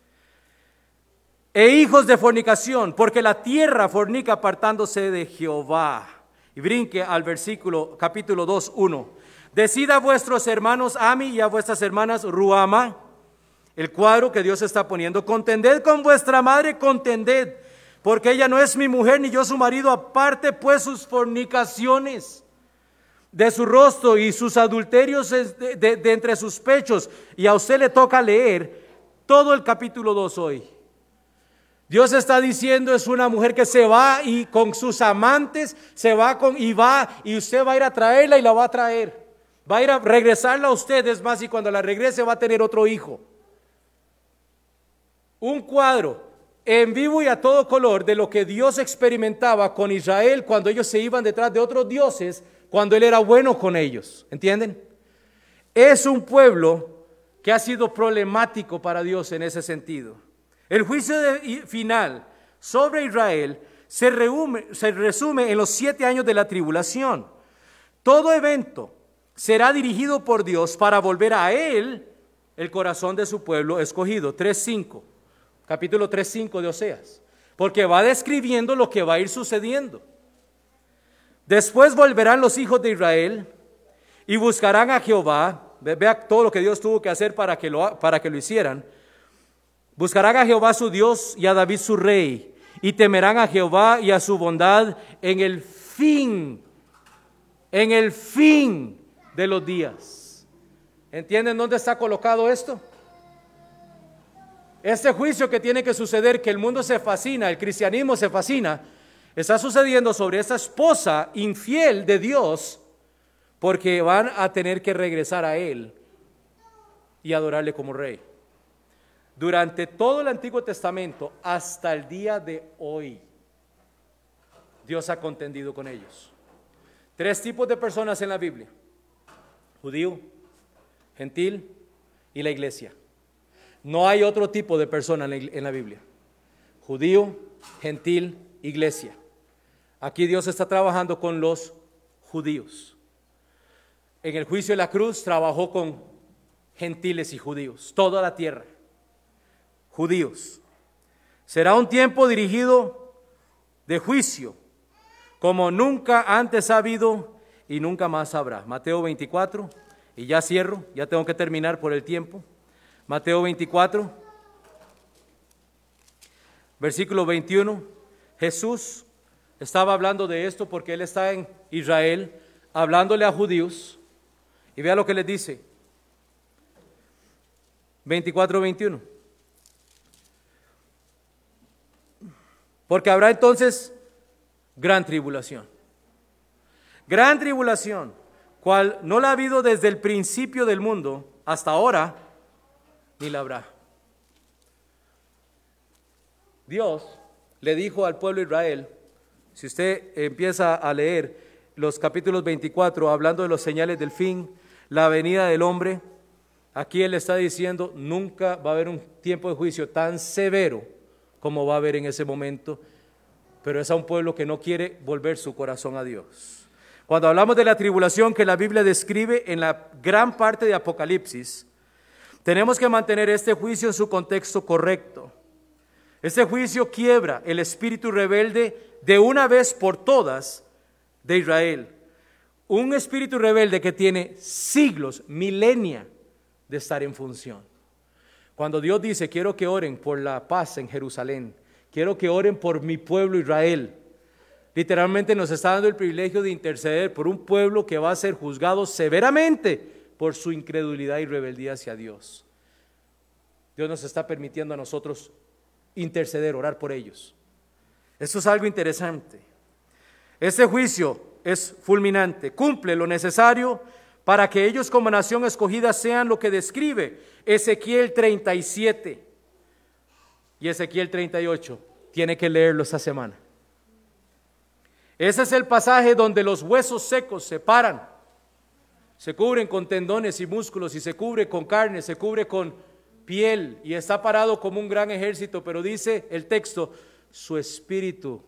E hijos de fornicación, porque la tierra fornica apartándose de Jehová. Y brinque al versículo, capítulo 2, 1. Decid a vuestros hermanos Ami y a vuestras hermanas Ruama, el cuadro que Dios está poniendo, contended con vuestra madre, contended, porque ella no es mi mujer ni yo su marido, aparte pues sus fornicaciones de su rostro y sus adulterios de entre sus pechos. Y a usted le toca leer todo el capítulo 2 hoy. Dios está diciendo, es una mujer que se va y con sus amantes se va y usted va a ir a traerla y la va a traer. Va a ir a regresarla a usted, es más, y cuando la regrese va a tener otro hijo. Un cuadro en vivo y a todo color de lo que Dios experimentaba con Israel cuando ellos se iban detrás de otros dioses, cuando Él era bueno con ellos. ¿Entienden? Es un pueblo que ha sido problemático para Dios en ese sentido. El juicio final sobre Israel se resume en los 7 años de la tribulación. Todo evento será dirigido por Dios para volver a Él el corazón de su pueblo escogido. 3:5, capítulo 3:5 de Oseas, porque va describiendo lo que va a ir sucediendo. Después volverán los hijos de Israel y buscarán a Jehová. Vea todo lo que Dios tuvo que hacer para que lo hicieran. Buscarán a Jehová su Dios y a David su rey, y temerán a Jehová y a su bondad en el fin de los días. ¿Entienden dónde está colocado esto? Este juicio que tiene que suceder, que el mundo se fascina, el cristianismo se fascina, está sucediendo sobre esa esposa infiel de Dios, porque van a tener que regresar a Él y adorarle como rey. Durante todo el Antiguo Testamento hasta el día de hoy, Dios ha contendido con ellos. 3 tipos de personas en la Biblia: judío, gentil y la iglesia. No hay otro tipo de persona en la Biblia: judío, gentil, iglesia. Aquí Dios está trabajando con los judíos. En el juicio de la cruz trabajó con gentiles y judíos, toda la tierra. Judíos. Será un tiempo dirigido de juicio, como nunca antes ha habido y nunca más habrá. Mateo 24, y ya cierro, ya tengo que terminar por el tiempo. Mateo 24, versículo 21. Jesús estaba hablando de esto porque Él está en Israel, hablándole a judíos, y vea lo que les dice. 24, 21. Porque habrá entonces gran tribulación, cual no la ha habido desde el principio del mundo hasta ahora, ni la habrá. Dios le dijo al pueblo de Israel, si usted empieza a leer los capítulos 24, hablando de los señales del fin, la venida del hombre, aquí Él está diciendo, nunca va a haber un tiempo de juicio tan severo como va a haber en ese momento, pero es a un pueblo que no quiere volver su corazón a Dios. Cuando hablamos de la tribulación que la Biblia describe en la gran parte de Apocalipsis, tenemos que mantener este juicio en su contexto correcto. Este juicio quiebra el espíritu rebelde de una vez por todas de Israel. Un espíritu rebelde que tiene siglos, milenia de estar en función. Cuando Dios dice, quiero que oren por la paz en Jerusalén, quiero que oren por mi pueblo Israel, literalmente nos está dando el privilegio de interceder por un pueblo que va a ser juzgado severamente por su incredulidad y rebeldía hacia Dios. Dios nos está permitiendo a nosotros interceder, orar por ellos. Esto es algo interesante. Este juicio es fulminante, cumple lo necesario para que ellos como nación escogida sean lo que describe Ezequiel 37 y Ezequiel 38. Tiene que leerlo esta semana. Ese es el pasaje donde los huesos secos se paran, se cubren con tendones y músculos, y se cubre con carne, se cubre con piel, y está parado como un gran ejército, pero dice el texto, su espíritu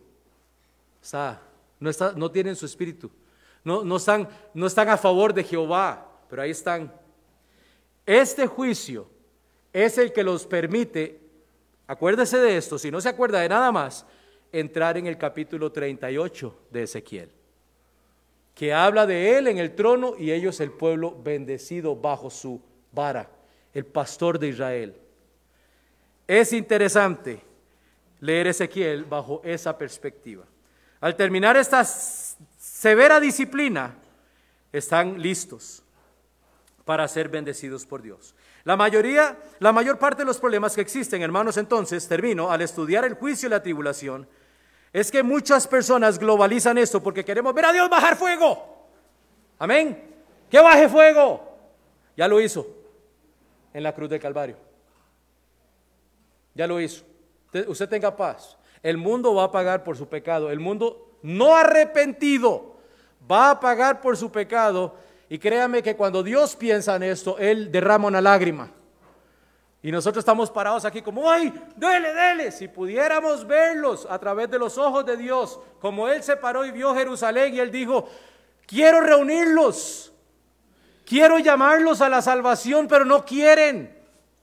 no tienen su espíritu, no están a favor de Jehová, pero ahí están. Este juicio es el que los permite, acuérdese de esto, si no se acuerda de nada más, entrar en el capítulo 38 de Ezequiel, que habla de él en el trono y ellos el pueblo bendecido bajo su vara, el pastor de Israel. Es interesante leer Ezequiel bajo esa perspectiva. Al terminar esta severa disciplina, están listos para ser bendecidos por Dios. La mayor parte de los problemas que existen, hermanos, entonces, termino, al estudiar el juicio y la tribulación, es que muchas personas globalizan esto porque queremos ver a Dios bajar fuego. Amén. Que baje fuego. Ya lo hizo en la cruz del Calvario. Ya lo hizo. Usted tenga paz. El mundo va a pagar por su pecado. El mundo no arrepentido va a pagar por su pecado. Y créame que cuando Dios piensa en esto, Él derrama una lágrima. Y nosotros estamos parados aquí como, ¡ay, dele, dele! Si pudiéramos verlos a través de los ojos de Dios, como Él se paró y vio Jerusalén y Él dijo, quiero reunirlos, quiero llamarlos a la salvación, pero no quieren.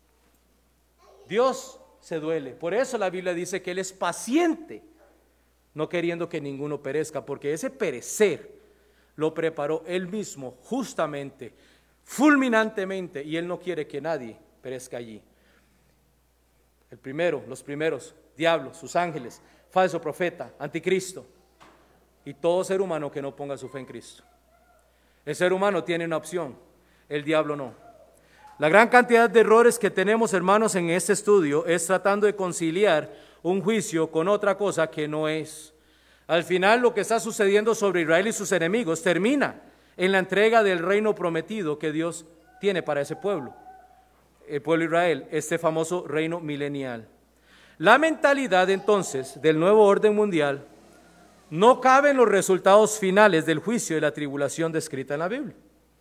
Dios se duele. Por eso la Biblia dice que Él es paciente, no queriendo que ninguno perezca, porque ese perecer lo preparó Él mismo justamente, fulminantemente, y Él no quiere que nadie perezca allí. Los primeros, diablos, sus ángeles, falso profeta, anticristo, y todo ser humano que no ponga su fe en Cristo. El ser humano tiene una opción, el diablo no. La gran cantidad de errores que tenemos, hermanos, en este estudio es tratando de conciliar un juicio con otra cosa que no es. Al final, lo que está sucediendo sobre Israel y sus enemigos termina en la entrega del reino prometido que Dios tiene para ese pueblo. El pueblo de Israel, este famoso reino milenial. La mentalidad entonces del nuevo orden mundial no cabe en los resultados finales del juicio y la tribulación descrita en la Biblia.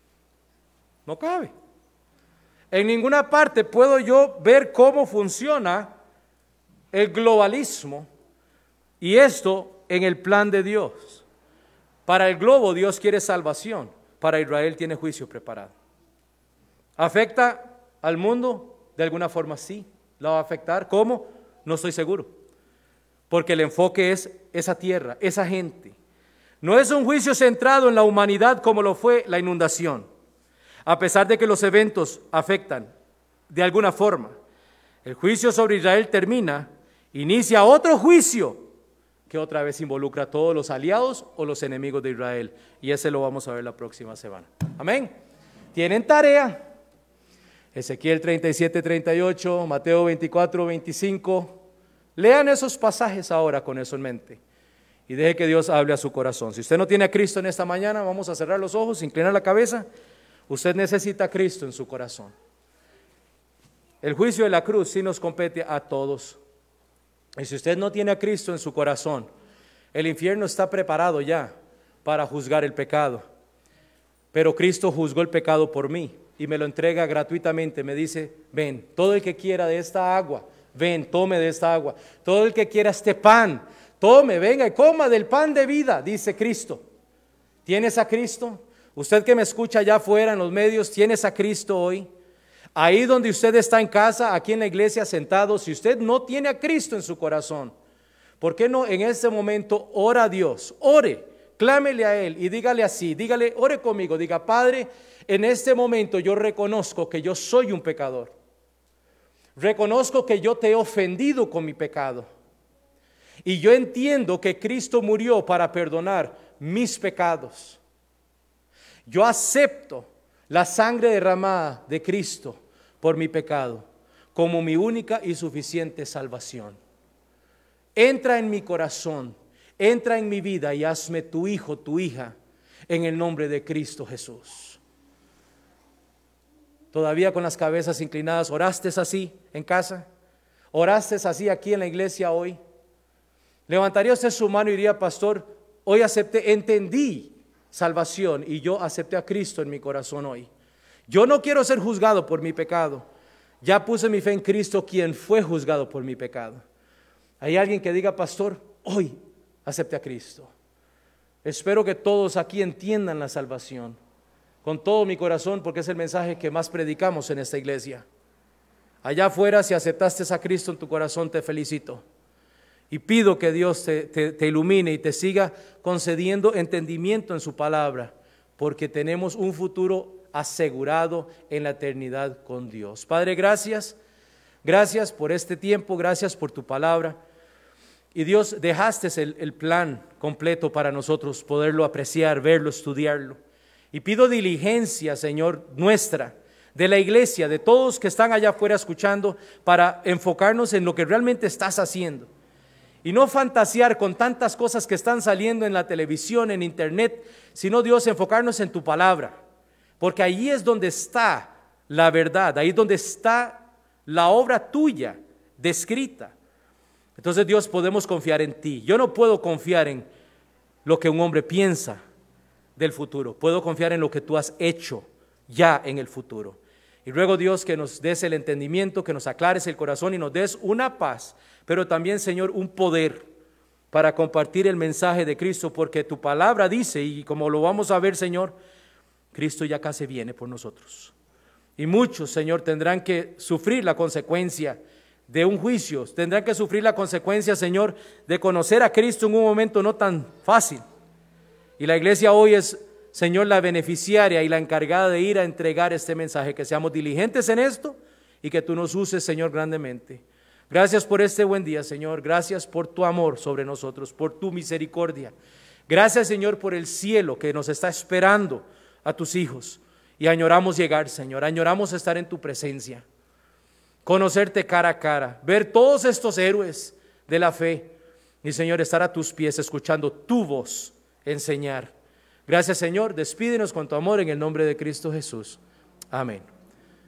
No cabe. En ninguna parte puedo yo ver cómo funciona el globalismo y esto en el plan de Dios. Para el globo Dios quiere salvación, para Israel tiene juicio preparado. ¿Afecta al mundo? De alguna forma sí, la va a afectar. ¿Cómo? No estoy seguro, porque el enfoque es esa tierra, esa gente. No es un juicio centrado en la humanidad como lo fue la inundación, a pesar de que los eventos afectan de alguna forma. El juicio sobre Israel termina, inicia otro juicio que otra vez involucra a todos los aliados o los enemigos de Israel, y ese lo vamos a ver la próxima semana. Amén. ¿Tienen tarea? Ezequiel 37, 38, Mateo 24, 25. Lean esos pasajes ahora con eso en mente y deje que Dios hable a su corazón. Si usted no tiene a Cristo en esta mañana, vamos a cerrar los ojos, inclinar la cabeza. Usted necesita a Cristo en su corazón. El juicio de la cruz sí nos compete a todos. Y si usted no tiene a Cristo en su corazón, el infierno está preparado ya para juzgar el pecado. Pero Cristo juzgó el pecado por mí y me lo entrega gratuitamente. Me dice, ven, todo el que quiera de esta agua, ven, tome de esta agua. Todo el que quiera este pan, tome, venga y coma del pan de vida, dice Cristo. ¿Tienes a Cristo? Usted que me escucha allá afuera en los medios, ¿tienes a Cristo hoy? Ahí donde usted está en casa, aquí en la iglesia sentado, si usted no tiene a Cristo en su corazón, ¿por qué no en este momento ora a Dios? Ore, clámele a Él y dígale así, dígale, ore conmigo, diga, Padre, en este momento yo reconozco que yo soy un pecador. Reconozco que yo te he ofendido con mi pecado. Y yo entiendo que Cristo murió para perdonar mis pecados. Yo acepto la sangre derramada de Cristo por mi pecado como mi única y suficiente salvación. Entra en mi corazón, entra en mi vida y hazme tu hijo, tu hija, en el nombre de Cristo Jesús. Todavía con las cabezas inclinadas, ¿oraste así en casa? ¿Oraste así aquí en la iglesia hoy? ¿Levantaría usted su mano y diría, pastor, hoy acepté, entendí salvación y yo acepté a Cristo en mi corazón hoy? Yo no quiero ser juzgado por mi pecado. Ya puse mi fe en Cristo, quien fue juzgado por mi pecado. ¿Hay alguien que diga, pastor, hoy acepté a Cristo? Espero que todos aquí entiendan la salvación con todo mi corazón, porque es el mensaje que más predicamos en esta iglesia. Allá afuera, si aceptaste a Cristo en tu corazón, te felicito. Y pido que Dios te ilumine y te siga concediendo entendimiento en su palabra, porque tenemos un futuro asegurado en la eternidad con Dios. Padre, gracias por este tiempo, gracias por tu palabra. Y Dios, dejaste el plan completo para nosotros poderlo apreciar, verlo, estudiarlo. Y pido diligencia, Señor, nuestra, de la iglesia, de todos que están allá afuera escuchando, para enfocarnos en lo que realmente estás haciendo. Y no fantasear con tantas cosas que están saliendo en la televisión, en internet, sino, Dios, enfocarnos en tu palabra. Porque ahí es donde está la verdad, ahí es donde está la obra tuya descrita. Entonces, Dios, podemos confiar en ti. Yo no puedo confiar en lo que un hombre piensa del futuro. Puedo confiar en lo que tú has hecho ya en el futuro. Y ruego, Dios, que nos des el entendimiento, que nos aclares el corazón y nos des una paz, pero también, Señor, un poder para compartir el mensaje de Cristo, porque tu palabra dice, y como lo vamos a ver, Señor, Cristo ya casi viene por nosotros. Y muchos, Señor, tendrán que sufrir la consecuencia de un juicio, tendrán que sufrir la consecuencia, Señor, de conocer a Cristo en un momento no tan fácil. Y la iglesia hoy es, Señor, la beneficiaria y la encargada de ir a entregar este mensaje, que seamos diligentes en esto y que tú nos uses, Señor, grandemente. Gracias por este buen día, Señor. Gracias por tu amor sobre nosotros, por tu misericordia. Gracias, Señor, por el cielo que nos está esperando a tus hijos. Y añoramos llegar, Señor. Añoramos estar en tu presencia, conocerte cara a cara, ver todos estos héroes de la fe. Y, Señor, estar a tus pies, escuchando tu voz, enseñar. Gracias, Señor. Despídenos con tu amor en el nombre de Cristo Jesús. Amén.